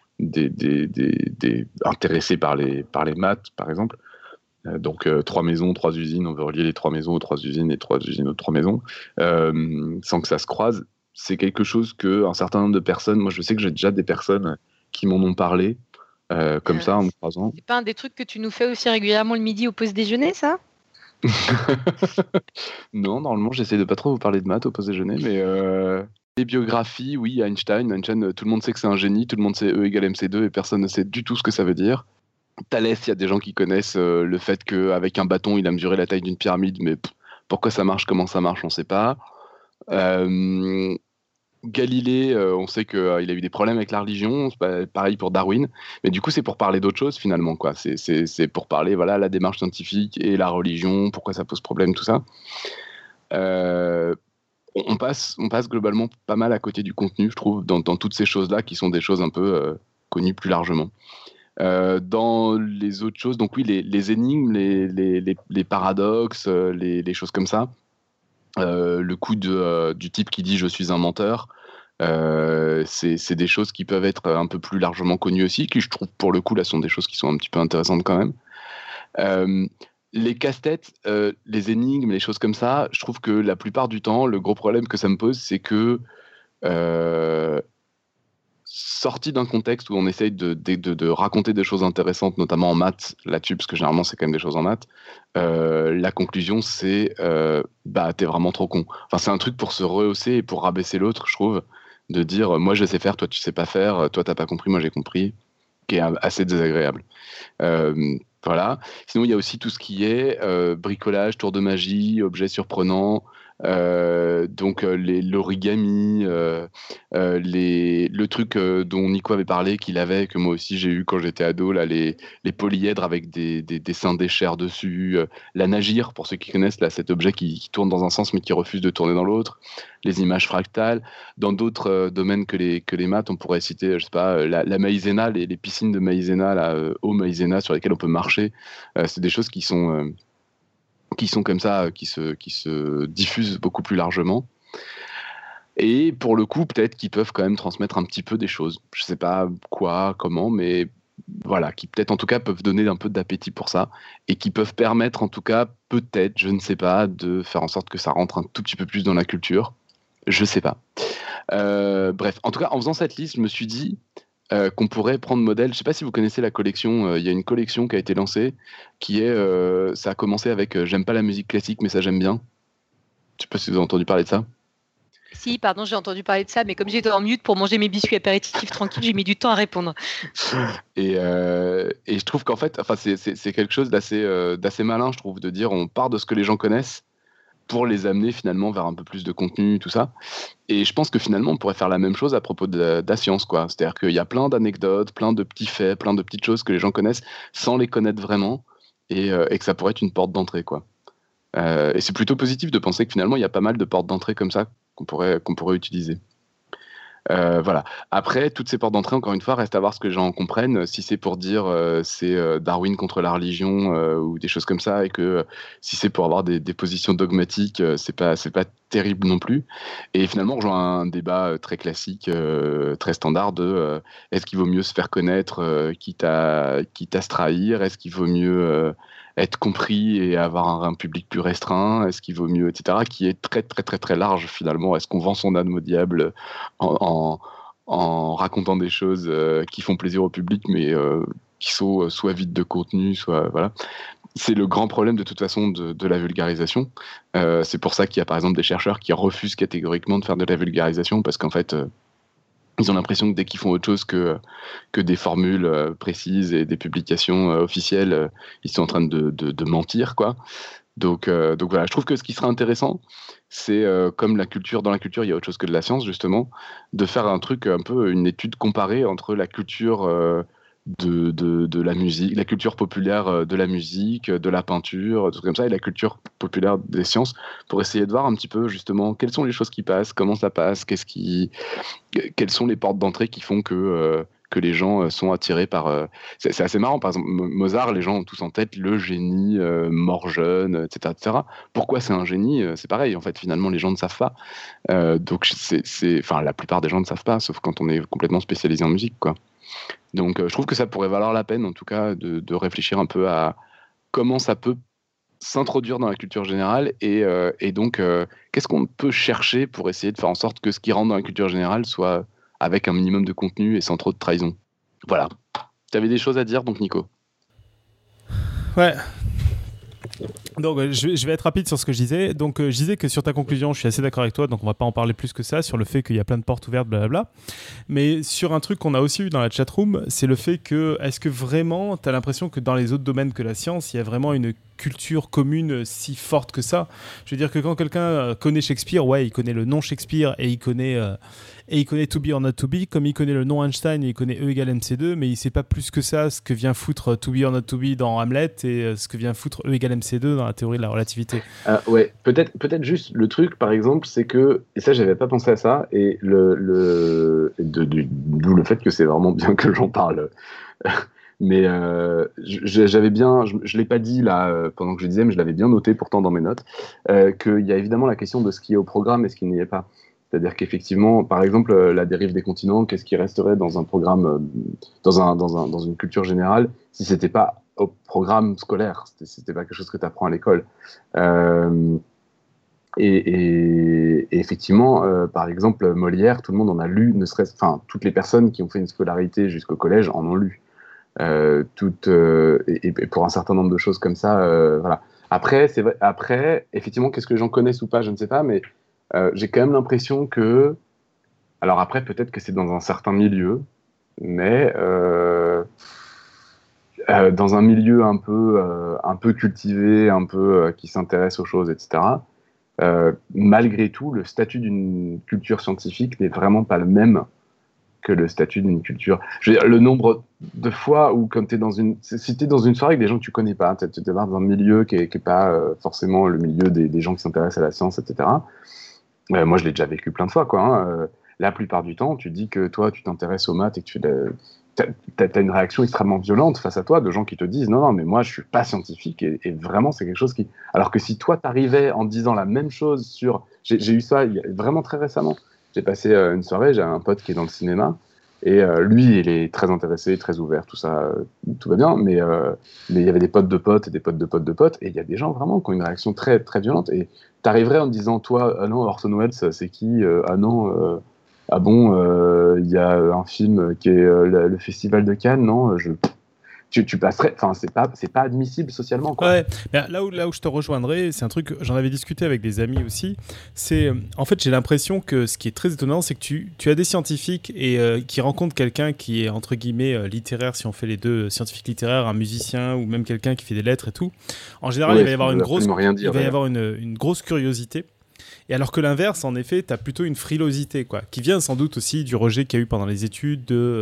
intéressés par les maths, par exemple. Donc 3 maisons, 3 usines, on veut relier les 3 maisons aux 3 usines et 3 usines aux 3 maisons, sans que ça se croise. C'est quelque chose qu'un certain nombre de personnes, moi je sais que j'ai déjà des personnes qui m'en ont parlé, comme ça, en me croisant. C'est pas un des trucs que tu nous fais aussi régulièrement le midi au pause déjeuner, ça? Non, normalement, j'essaie de pas trop vous parler de maths au pause déjeuner, mais les biographies, oui, Einstein, tout le monde sait que c'est un génie, tout le monde sait E égale MC2 et personne ne sait du tout ce que ça veut dire. Thalès, il y a des gens qui connaissent le fait qu'avec un bâton, il a mesuré la taille d'une pyramide, mais pourquoi ça marche, comment ça marche, on sait pas. Galilée, on sait qu'il a eu des problèmes avec la religion, c'est pareil pour Darwin, mais du coup c'est pour parler d'autre chose finalement, quoi. C'est pour parler, voilà, la démarche scientifique et la religion, pourquoi ça pose problème, tout ça. On passe globalement pas mal à côté du contenu, je trouve, dans toutes ces choses-là qui sont des choses un peu connues plus largement. Dans les autres choses, donc oui, les énigmes, les paradoxes, les choses comme ça. Le coup du type qui dit je suis un menteur, c'est des choses qui peuvent être un peu plus largement connues aussi, qui je trouve pour le coup là sont des choses qui sont un petit peu intéressantes quand même. Les casse-têtes, les énigmes, les choses comme ça, je trouve que la plupart du temps, le gros problème que ça me pose, c'est que sorti d'un contexte où on essaye de raconter des choses intéressantes, notamment en maths, là-dessus, parce que généralement c'est quand même des choses en maths, la conclusion c'est t'es vraiment trop con. Enfin, c'est un truc pour se rehausser et pour rabaisser l'autre, je trouve, de dire moi je sais faire, toi tu sais pas faire, toi t'as pas compris, moi j'ai compris, qui est assez désagréable. Voilà. Sinon il y a aussi tout ce qui est bricolage, tour de magie, objets surprenants. Donc l'origami, le truc dont Nico avait parlé, qu'il avait, que moi aussi j'ai eu quand j'étais ado, là, les polyèdres avec des dessins d'échelle dessus, la nagir, pour ceux qui connaissent, là, cet objet qui tourne dans un sens mais qui refuse de tourner dans l'autre, les images fractales. Dans d'autres domaines que les maths, on pourrait citer, je sais pas, la maïzena, les piscines de maïzena, là, eau maïzena sur lesquelles on peut marcher. C'est des choses qui sont comme ça, qui se diffusent beaucoup plus largement. Et pour le coup, peut-être qu'ils peuvent quand même transmettre un petit peu des choses. Je sais pas quoi, comment, mais voilà, qui peut-être en tout cas peuvent donner un peu d'appétit pour ça, et qui peuvent permettre en tout cas, peut-être, je ne sais pas, de faire en sorte que ça rentre un tout petit peu plus dans la culture. Je sais pas. Bref, en tout cas, en faisant cette liste, je me suis dit, qu'on pourrait prendre modèle. Je ne sais pas si vous connaissez la collection. Il y a une collection qui a été lancée qui est. Ça a commencé avec j'aime pas la musique classique, mais ça j'aime bien. Je sais pas si vous avez entendu parler de ça. Si, pardon, j'ai entendu parler de ça, mais comme j'étais en mute pour manger mes biscuits apéritifs tranquilles, j'ai mis du temps à répondre. Et je trouve qu'en fait, enfin, c'est quelque chose d'assez malin, je trouve, de dire on part de ce que les gens connaissent pour les amener finalement vers un peu plus de contenu, tout ça. Et je pense que finalement, on pourrait faire la même chose à propos de la science, quoi. C'est-à-dire qu'il y a plein d'anecdotes, plein de petits faits, plein de petites choses que les gens connaissent sans les connaître vraiment, et que ça pourrait être une porte d'entrée, quoi. Et c'est plutôt positif de penser que finalement, il y a pas mal de portes d'entrée comme ça qu'on pourrait utiliser. Voilà. Après, toutes ces portes d'entrée, encore une fois, reste à voir ce que les gens en comprennent. Si c'est pour dire c'est Darwin contre la religion ou des choses comme ça, et que si c'est pour avoir des positions dogmatiques, c'est pas terrible non plus. Et finalement, on rejoint un débat très classique, très standard de est-ce qu'il vaut mieux se faire connaître quitte à se trahir? Est-ce qu'il vaut mieux être compris et avoir un public plus restreint? Est-ce qu'il vaut mieux, etc., qui est très très très très large finalement. Est-ce qu'on vend son âme au diable en racontant des choses qui font plaisir au public, mais qui sont soit vides de contenu, soit voilà. C'est le grand problème de toute façon de la vulgarisation. C'est pour ça qu'il y a par exemple des chercheurs qui refusent catégoriquement de faire de la vulgarisation, parce qu'en fait ils ont l'impression que dès qu'ils font autre chose que des formules précises et des publications officielles, ils sont en train de mentir, quoi. Donc voilà, je trouve que ce qui serait intéressant, c'est comme dans la culture, il y a autre chose que de la science, justement, de faire un truc, un peu une étude comparée entre la culture de la musique, la culture populaire de la musique, de la peinture, des trucs comme ça, et la culture populaire des sciences, pour essayer de voir un petit peu, justement, quelles sont les choses qui passent, comment ça passe, quelles sont les portes d'entrée qui font que les gens sont attirés par... C'est assez marrant, par exemple, Mozart, les gens ont tous en tête le génie mort jeune, etc., etc. Pourquoi c'est un génie? C'est pareil, en fait, finalement, les gens ne savent pas. Donc, enfin, la plupart des gens ne savent pas, sauf quand on est complètement spécialisé en musique, quoi. Donc, je trouve que ça pourrait valoir la peine, en tout cas, de réfléchir un peu à comment ça peut s'introduire dans la culture générale, et donc, qu'est-ce qu'on peut chercher pour essayer de faire en sorte que ce qui rentre dans la culture générale soit avec un minimum de contenu et sans trop de trahison. Voilà. Tu avais des choses à dire, donc, Nico? Ouais. Donc, je vais être rapide sur ce que je disais. Donc, je disais que sur ta conclusion, je suis assez d'accord avec toi, donc on va pas en parler plus que ça, sur le fait qu'il y a plein de portes ouvertes, blablabla. Mais sur un truc qu'on a aussi eu dans la chatroom, c'est le fait que, est-ce que vraiment, tu as l'impression que dans les autres domaines que la science, il y a vraiment une culture commune si forte que ça? Je veux dire que quand quelqu'un connaît Shakespeare, ouais, il connaît le nom Shakespeare et il connaît To Be or Not To Be, comme il connaît le nom Einstein et il connaît E égale MC2, mais il sait pas plus que ça ce que vient foutre To Be or Not To Be dans Hamlet et ce que vient foutre E égale MC2 dans la théorie de la relativité. Ouais, peut-être juste le truc, par exemple, c'est que, et ça j'avais pas pensé à ça, et d'où le fait que c'est vraiment bien que j'en parle. Mais j'avais bien, je l'ai pas dit là pendant que je disais, mais je l'avais bien noté pourtant dans mes notes, qu'il y a évidemment la question de ce qui est au programme et ce qui n'y est pas. C'est-à-dire qu'effectivement, par exemple, la dérive des continents, qu'est-ce qui resterait dans un programme, dans une culture générale, si c'était pas au programme scolaire, si c'était pas quelque chose que tu apprends à l'école. Et effectivement, par exemple, Molière, tout le monde en a lu, enfin, toutes les personnes qui ont fait une scolarité jusqu'au collège en ont lu. Et pour un certain nombre de choses comme ça, voilà. Après, c'est vrai, effectivement, qu'est-ce que les gens connaissent ou pas, je ne sais pas, mais j'ai quand même l'impression que, alors après, peut-être que c'est dans un certain milieu, mais dans un milieu un peu cultivé, un peu qui s'intéresse aux choses, etc., malgré tout, le statut d'une culture scientifique n'est vraiment pas le même que le statut d'une culture. Je veux dire, le nombre de fois où, comme si t'es dans une soirée avec des gens que tu connais pas, tu es dans un milieu qui est pas forcément le milieu des gens qui s'intéressent à la science, etc. Moi, je l'ai déjà vécu plein de fois, quoi. Hein. La plupart du temps, tu dis que toi, tu t'intéresses aux maths et que t'as une réaction extrêmement violente face à toi de gens qui te disent non, mais moi, je suis pas scientifique et vraiment, c'est quelque chose qui... Alors que si toi, t'arrivais en disant la même chose sur... J'ai eu ça vraiment très récemment. J'ai passé une soirée, j'ai un pote qui est dans le cinéma, et lui, il est très intéressé, très ouvert, tout ça, tout va bien, mais il y avait des potes de potes et des potes de potes de potes, et il y a des gens vraiment qui ont une réaction très, très violente, et t'arriverais en te disant, toi, ah non, Orson Welles, c'est qui? Ah non, ah bon, il y a un film qui est le Festival de Cannes, non, tu passerais, enfin, c'est pas admissible socialement, quoi. Ouais, mais là où je te rejoindrais, c'est un truc, j'en avais discuté avec des amis aussi, c'est, en fait, j'ai l'impression que ce qui est très étonnant, c'est que tu as des scientifiques et qui rencontrent quelqu'un qui est, entre guillemets, littéraire, si on fait les deux, scientifique littéraire, un musicien, ou même quelqu'un qui fait des lettres et tout. En général, Ouais, il va y avoir une grosse curiosité. Et alors que l'inverse, en effet, tu as plutôt une frilosité, quoi, qui vient sans doute aussi du rejet qu'il y a eu pendant les études,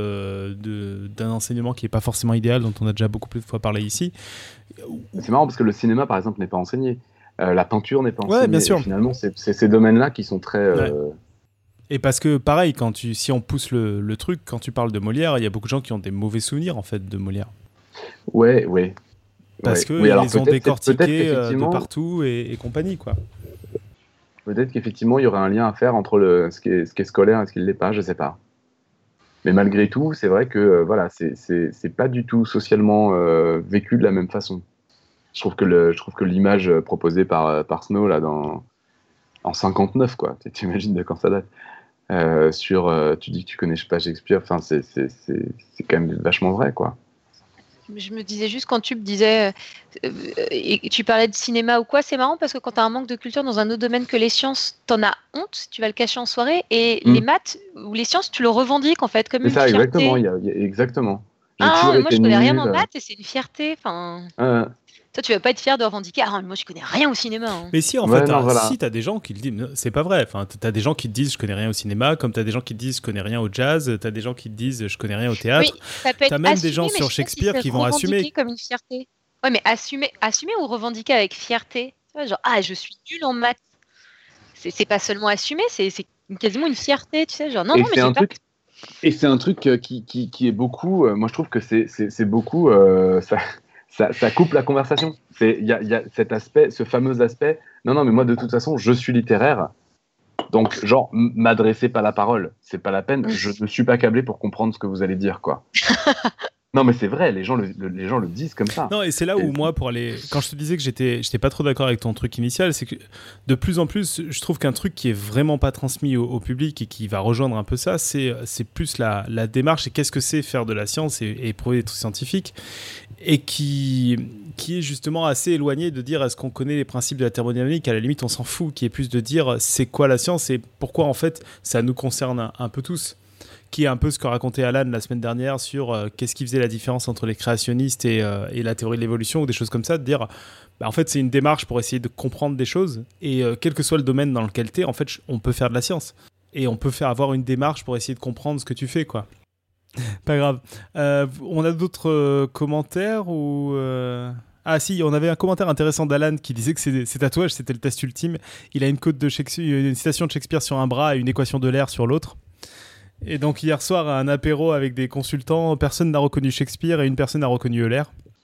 d'un enseignement qui n'est pas forcément idéal, dont on a déjà beaucoup plus de fois parlé ici. C'est marrant parce que le cinéma, par exemple, n'est pas enseigné. La peinture n'est pas enseignée. Ouais, bien sûr. Et finalement, c'est ces domaines-là qui sont très... Et parce que, pareil, si on pousse le truc, quand tu parles de Molière, il y a beaucoup de gens qui ont des mauvais souvenirs, en fait, de Molière. Ouais. Parce qu'ils les ont décortiqués de partout et compagnie, quoi. Peut-être qu'effectivement, il y aurait un lien à faire entre ce qui est scolaire et ce qui ne l'est pas, je sais pas. Mais malgré tout, c'est vrai que voilà, c'est pas du tout socialement vécu de la même façon. Je trouve que l'image proposée par Snow là en 59, quoi. T'imagines de quand ça date. Tu dis que tu connais pas Shakespeare, enfin c'est quand même vachement vrai, quoi. Je me disais juste quand tu me disais et tu parlais de cinéma ou quoi, c'est marrant parce que quand tu as un manque de culture dans un autre domaine que les sciences, t'en as honte, tu vas le cacher en soirée et les maths ou les sciences, tu le revendiques en fait comme une fierté. Exactement, exactement. Moi je connais rien en maths et c'est une fierté. Enfin, toi tu vas pas être fier de revendiquer. Ah moi je connais rien au cinéma. Hein. Mais si en fait, si t'as des gens qui le disent, c'est pas vrai. Enfin, t'as des gens qui te disent je connais rien au cinéma, comme t'as des gens qui te disent je connais rien au jazz, t'as des gens qui te disent je connais rien au théâtre. Oui, ça peut être t'as même assumé, des gens sur Shakespeare qui vont assumer comme une fierté. Ouais, mais assumer ou revendiquer avec fierté. Tu vois, genre je suis nul en maths. C'est pas seulement assumer, c'est quasiment une fierté, tu sais, genre non mais j'ai pas. Et c'est un truc qui est beaucoup. Moi, je trouve que c'est beaucoup. Ça coupe la conversation. Il y a cet aspect, ce fameux aspect. Non, mais moi, de toute façon, je suis littéraire. Donc, genre, m'adressez pas la parole. C'est pas la peine. Je ne suis pas câblé pour comprendre ce que vous allez dire, quoi. Non, mais c'est vrai, les gens le disent comme ça. Non, et c'est là où moi, quand je te disais que j'étais pas trop d'accord avec ton truc initial, c'est que de plus en plus, je trouve qu'un truc qui est vraiment pas transmis au public et qui va rejoindre un peu ça, c'est plus la démarche et qu'est-ce que c'est faire de la science et prouver des trucs scientifiques et qui est justement assez éloigné de dire est-ce qu'on connaît les principes de la thermodynamique, à la limite on s'en fout, qui est plus de dire c'est quoi la science et pourquoi en fait ça nous concerne un peu tous. Qui est un peu ce que racontait Alan la semaine dernière sur qu'est-ce qui faisait la différence entre les créationnistes et la théorie de l'évolution ou des choses comme ça, de dire en fait c'est une démarche pour essayer de comprendre des choses et quel que soit le domaine dans lequel t'es, en fait on peut faire de la science et on peut avoir une démarche pour essayer de comprendre ce que tu fais, quoi. Pas grave. On a d'autres commentaires ou Ah si, on avait un commentaire intéressant d'Alan qui disait que ses tatouages c'était le test ultime. Il a une citation de Shakespeare sur un bras et une équation de l'air sur l'autre. Et donc hier soir, à un apéro avec des consultants, personne n'a reconnu Shakespeare et une personne n'a reconnu Euler.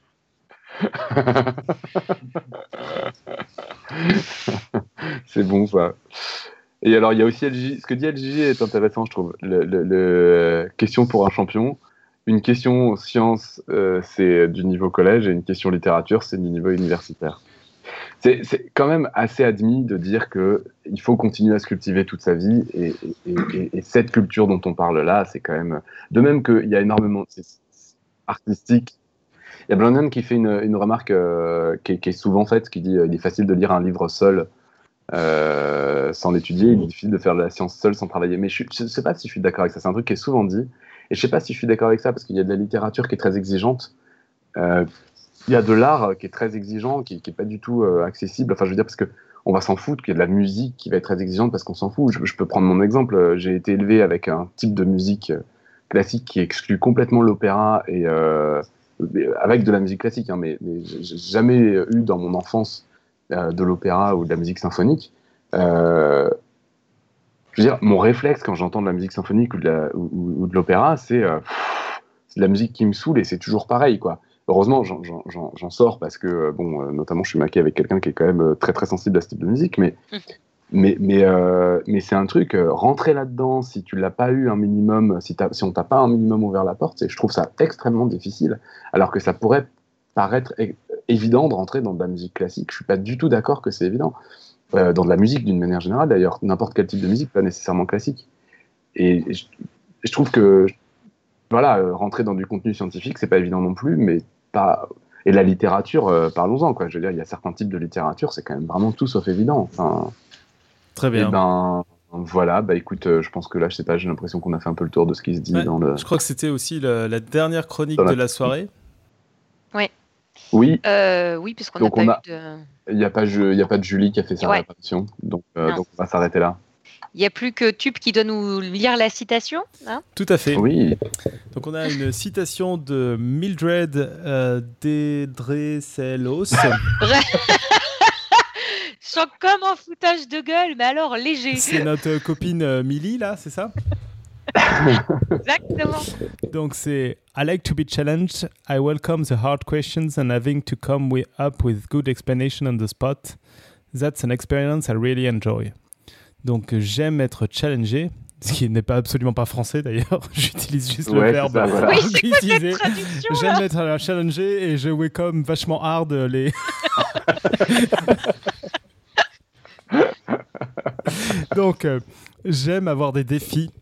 C'est bon, ça. Et alors, il y a aussi LJ. Ce que dit LJ est intéressant, je trouve. Question pour un champion. Une question science, c'est du niveau collège, et une question littérature, c'est du niveau universitaire. C'est quand même assez admis de dire qu'il faut continuer à se cultiver toute sa vie et cette culture dont on parle là, c'est quand même... De même qu'il y a énormément de artistique. Il y a Blondin qui fait une remarque qui est souvent faite, qui dit il est facile de lire un livre seul sans l'étudier, il est difficile de faire de la science seul sans travailler. Mais je ne sais pas si je suis d'accord avec ça, c'est un truc qui est souvent dit. Et je ne sais pas si je suis d'accord avec ça parce qu'il y a de la littérature qui est très exigeante. Il y a de l'art qui est très exigeant, qui n'est pas du tout accessible. Enfin, je veux dire, parce qu'on va s'en foutre, qu'il y a de la musique qui va être très exigeante parce qu'on s'en fout. Je peux prendre mon exemple. J'ai été élevé avec un type de musique classique qui exclut complètement l'opéra et avec de la musique classique. Hein, mais j'ai jamais eu dans mon enfance de l'opéra ou de la musique symphonique. Je veux dire, mon réflexe quand j'entends de la musique symphonique ou de l'opéra, c'est de la musique qui me saoule et c'est toujours pareil, quoi. Heureusement, j'en sors parce que, notamment, je suis maqué avec quelqu'un qui est quand même très très sensible à ce type de musique, mais c'est un truc, rentrer là-dedans, si tu l'as pas eu un minimum, si on t'a pas un minimum ouvert la porte, je trouve ça extrêmement difficile, alors que ça pourrait paraître évident de rentrer dans de la musique classique. Je suis pas du tout d'accord que c'est évident. Dans de la musique d'une manière générale, d'ailleurs, n'importe quel type de musique, pas nécessairement classique. et je trouve que voilà, rentrer dans du contenu scientifique, c'est pas évident non plus, mais pas. Et la littérature, parlons-en, quoi. Je veux dire, il y a certains types de littérature, c'est quand même vraiment tout sauf évident. Enfin, Très bien. Et ben voilà, bah écoute, je pense que là, je sais pas, j'ai l'impression qu'on a fait un peu le tour de ce qui se dit dans le. Je crois que c'était aussi la dernière chronique de la soirée. Oui. Oui, puisqu'on n'a pas eu de. Il n'y a pas de Julie qui a fait sa réparation, donc on va s'arrêter là. Il n'y a plus que Tube qui doit nous lire la citation, hein ? Tout à fait. Oui. Donc on a une citation de Mildred Dedreselos. Je sens comme un foutage de gueule, mais alors léger. C'est notre copine Millie, là, c'est ça ? Exactement. Donc c'est I like to be challenged. I welcome the hard questions and having to come up with good explanation on the spot. That's an experience I really enjoy. Donc j'aime être challengé, ce qui n'est pas absolument pas français d'ailleurs. J'utilise juste le verbe. Ça, voilà. Oui, c'est quoi cette traduction ? J'aime être challengé et je welcome vachement hard les. Donc j'aime avoir des défis.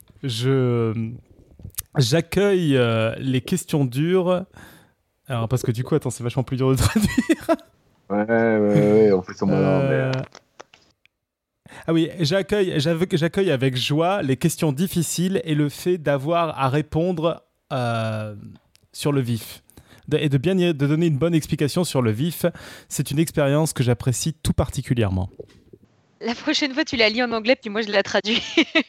J'accueille les questions dures. Alors parce que du coup, attends, c'est vachement plus dur de traduire. Ouais, on fait son malin. Ah oui, j'accueille avec joie les questions difficiles et le fait d'avoir à répondre sur le vif. Et de donner une bonne explication sur le vif. C'est une expérience que j'apprécie tout particulièrement. La prochaine fois, tu la lis en anglais, puis moi, je la traduis.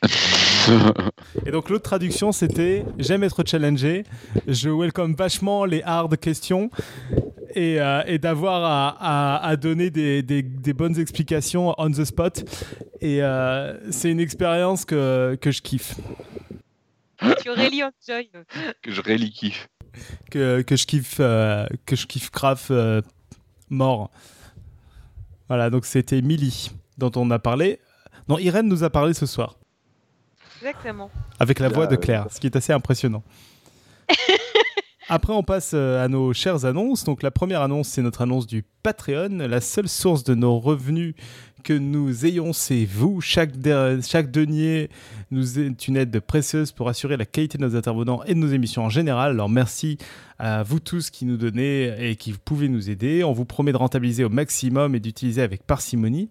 Et donc, l'autre traduction, c'était « J'aime être challengé, je welcome vachement les hard questions et d'avoir à donner des bonnes explications on the spot. » Et c'est une expérience que je kiffe. Tu really enjoy. Que je really kiffe. Que je kiffe grave mort. Voilà, donc c'était Millie dont on a parlé, dont Irène nous a parlé ce soir. Exactement. Avec la voix de Claire, ce qui est assez impressionnant. Après, on passe à nos chères annonces. Donc, la première annonce, c'est notre annonce du Patreon. La seule source de nos revenus que nous ayons, c'est vous. Chaque denier nous est une aide précieuse pour assurer la qualité de nos intervenants et de nos émissions en général. Alors, merci à vous tous qui nous donnez et qui pouvez nous aider. On vous promet de rentabiliser au maximum et d'utiliser avec parcimonie.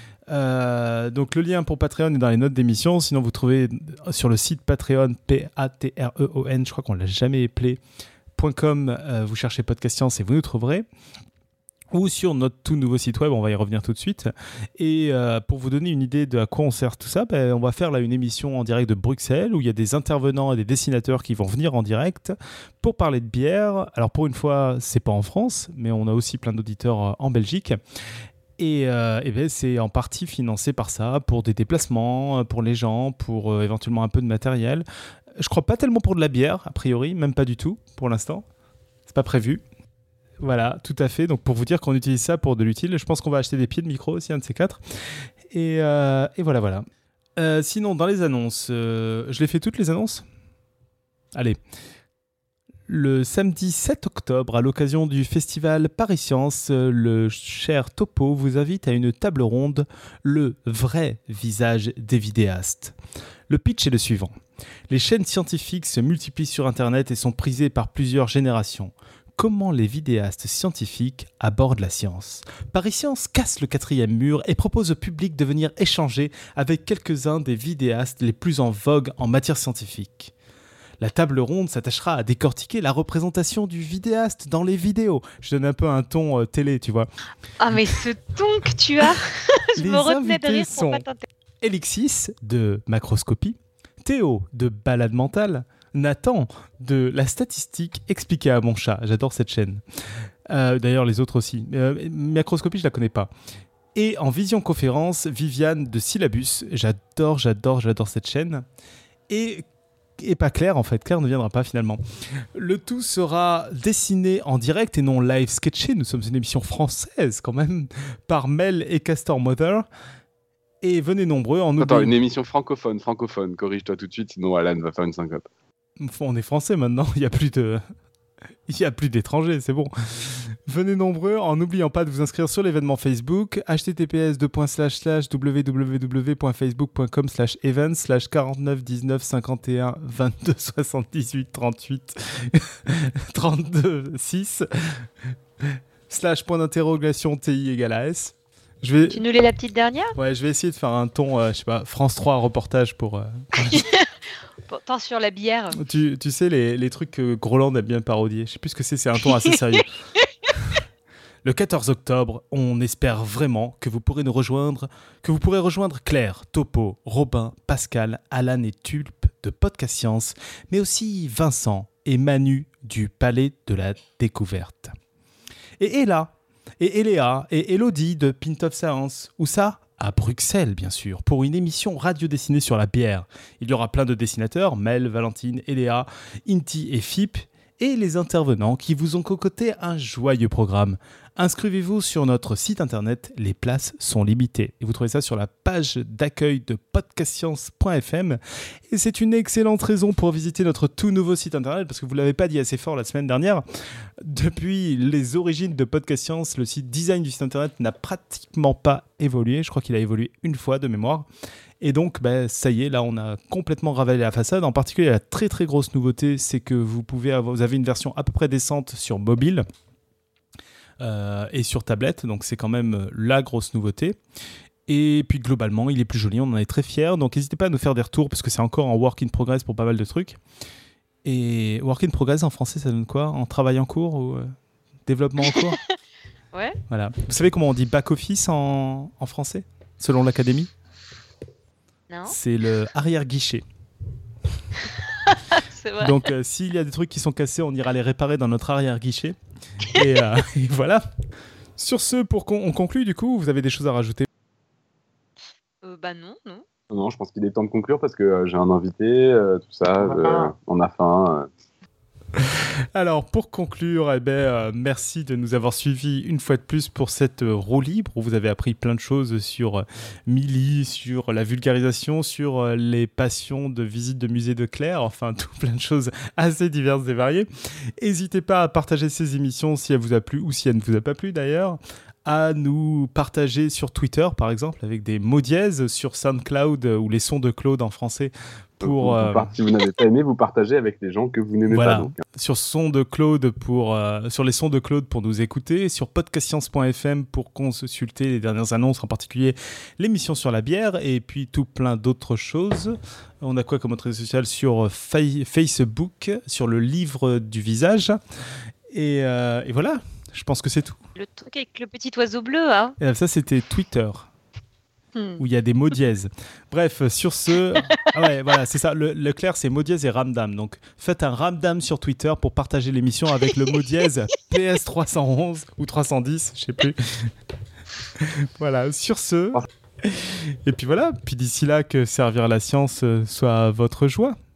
Donc le lien pour Patreon est dans les notes d'émission. Sinon, vous trouvez sur le site Patreon, Patreon, je crois qu'on ne l'a jamais appelé, .com, vous cherchez Podcast Science et vous nous trouverez. Ou sur notre tout nouveau site web, on va y revenir tout de suite. Et pour vous donner une idée de à quoi on sert tout ça, on va faire là une émission en direct de Bruxelles où il y a des intervenants et des dessinateurs qui vont venir en direct pour parler de bière. Alors pour une fois, c'est pas en France, mais on a aussi plein d'auditeurs en Belgique. Et c'est en partie financé par ça, pour des déplacements, pour les gens, pour éventuellement un peu de matériel. Je crois pas tellement pour de la bière, a priori, même pas du tout pour l'instant. C'est pas prévu. Voilà, tout à fait. Donc pour vous dire qu'on utilise ça pour de l'utile, je pense qu'on va acheter des pieds de micro aussi, un de ces quatre. Et voilà. Sinon, dans les annonces, je les fais toutes les annonces ? Allez. Le samedi 7 octobre, à l'occasion du festival Paris Science, le cher Topo vous invite à une table ronde, le vrai visage des vidéastes. Le pitch est le suivant. Les chaînes scientifiques se multiplient sur Internet et sont prisées par plusieurs générations. Comment les vidéastes scientifiques abordent la science ? Paris Science casse le 4e mur et propose au public de venir échanger avec quelques-uns des vidéastes les plus en vogue en matière scientifique. La table ronde s'attachera à décortiquer la représentation du vidéaste dans les vidéos. Je donne un peu un ton télé, tu vois. Ah, mais ce ton que tu as, je me retenais de rire pour pas tenter. Elixis de Macroscopie, Théo de Balade Mentale, Nathan de La Statistique expliquée à mon chat. J'adore cette chaîne. D'ailleurs, les autres aussi. Macroscopie, je la connais pas. Et en visioconférence, Viviane de Syllabus. J'adore cette chaîne. Et pas Claire, en fait. Claire ne viendra pas, finalement. Le tout sera dessiné en direct et non live sketché. Nous sommes une émission française, quand même, par Mel et Castor Mother. Et venez nombreux en Attends, une émission francophone. Corrige-toi tout de suite, sinon Alan va faire une syncope. On est français maintenant. Il y a plus d'étrangers, c'est bon. Venez nombreux en n'oubliant pas de vous inscrire sur l'événement Facebook https://www.facebook.com/events/491951227838 32 6 /point d'interrogation TI égale AS. Tu nous lis la petite dernière ? Ouais, je vais essayer de faire un ton, je sais pas, France 3 reportage pour... Pourtant sur la bière. Tu sais, les trucs que Groland aime bien parodier. Je sais plus ce que c'est un ton assez sérieux. Le 14 octobre, on espère vraiment que vous pourrez rejoindre Claire, Topo, Robin, Pascal, Alan et Tulpe de Podcast Science, mais aussi Vincent et Manu du Palais de la Découverte. Et Ella, et Eléa, et Elodie de Pint of Science. Où ça ? À Bruxelles, bien sûr, pour une émission radio dessinée sur la bière. Il y aura plein de dessinateurs, Mel, Valentine, Eléa, Inti et Fip, et les intervenants qui vous ont concocté un joyeux programme. Inscrivez-vous sur notre site internet, les places sont limitées. Et vous trouvez ça sur la page d'accueil de podcastscience.fm. Et c'est une excellente raison pour visiter notre tout nouveau site internet, parce que vous ne l'avez pas dit assez fort la semaine dernière. Depuis les origines de Podcast Science, le site design du site internet n'a pratiquement pas évolué. Je crois qu'il a évolué une fois de mémoire. Et donc, ça y est, là, on a complètement ravalé la façade. En particulier, la très très grosse nouveauté, c'est que vous avez une version à peu près décente sur mobile et sur tablette. Donc, c'est quand même la grosse nouveauté. Et puis, globalement, il est plus joli. On en est très fiers. Donc, n'hésitez pas à nous faire des retours parce que c'est encore en work in progress pour pas mal de trucs. Et work in progress en français, ça donne quoi ? En travail en cours ou développement en cours ? Ouais. Voilà. Vous savez comment on dit back office en français, selon l'Académie ? Non. C'est le arrière-guichet. C'est vrai. Donc, s'il y a des trucs qui sont cassés, on ira les réparer dans notre arrière-guichet. Et voilà. Sur ce, pour qu'on conclue, du coup, vous avez des choses à rajouter ? Non. Non, je pense qu'il est temps de conclure parce que j'ai un invité, tout ça, on a faim. Alors, pour conclure, merci de nous avoir suivis une fois de plus pour cette roue libre où vous avez appris plein de choses sur Milly, sur la vulgarisation, sur les passions de visite de musée de Claire, enfin, tout plein de choses assez diverses et variées. N'hésitez pas à partager ces émissions si elles vous a plu ou si elles ne vous a pas plu d'ailleurs, à nous partager sur Twitter, par exemple, avec des mots dièses, sur SoundCloud ou les sons de Claude en français. Si vous n'avez pas aimé, vous partagez avec les gens que vous n'aimez pas. Donc. Sur sur les sons de Claude pour nous écouter, sur podcastscience.fm pour consulter les dernières annonces, en particulier l'émission sur la bière et puis tout plein d'autres choses. On a quoi comme autre réseau social sur Facebook, sur le livre du visage et voilà. Je pense que c'est tout. Le truc avec le petit oiseau bleu, hein. Et ça, c'était Twitter. Où il y a des mots dièses. Bref, sur ce... ouais, voilà, c'est ça. Le clair, c'est mot dièse et ramdam. Donc, faites un ramdam sur Twitter pour partager l'émission avec le mot dièse PS311 ou 310, je sais plus. Voilà, sur ce... Et puis voilà, puis d'ici là, que servir la science soit votre joie.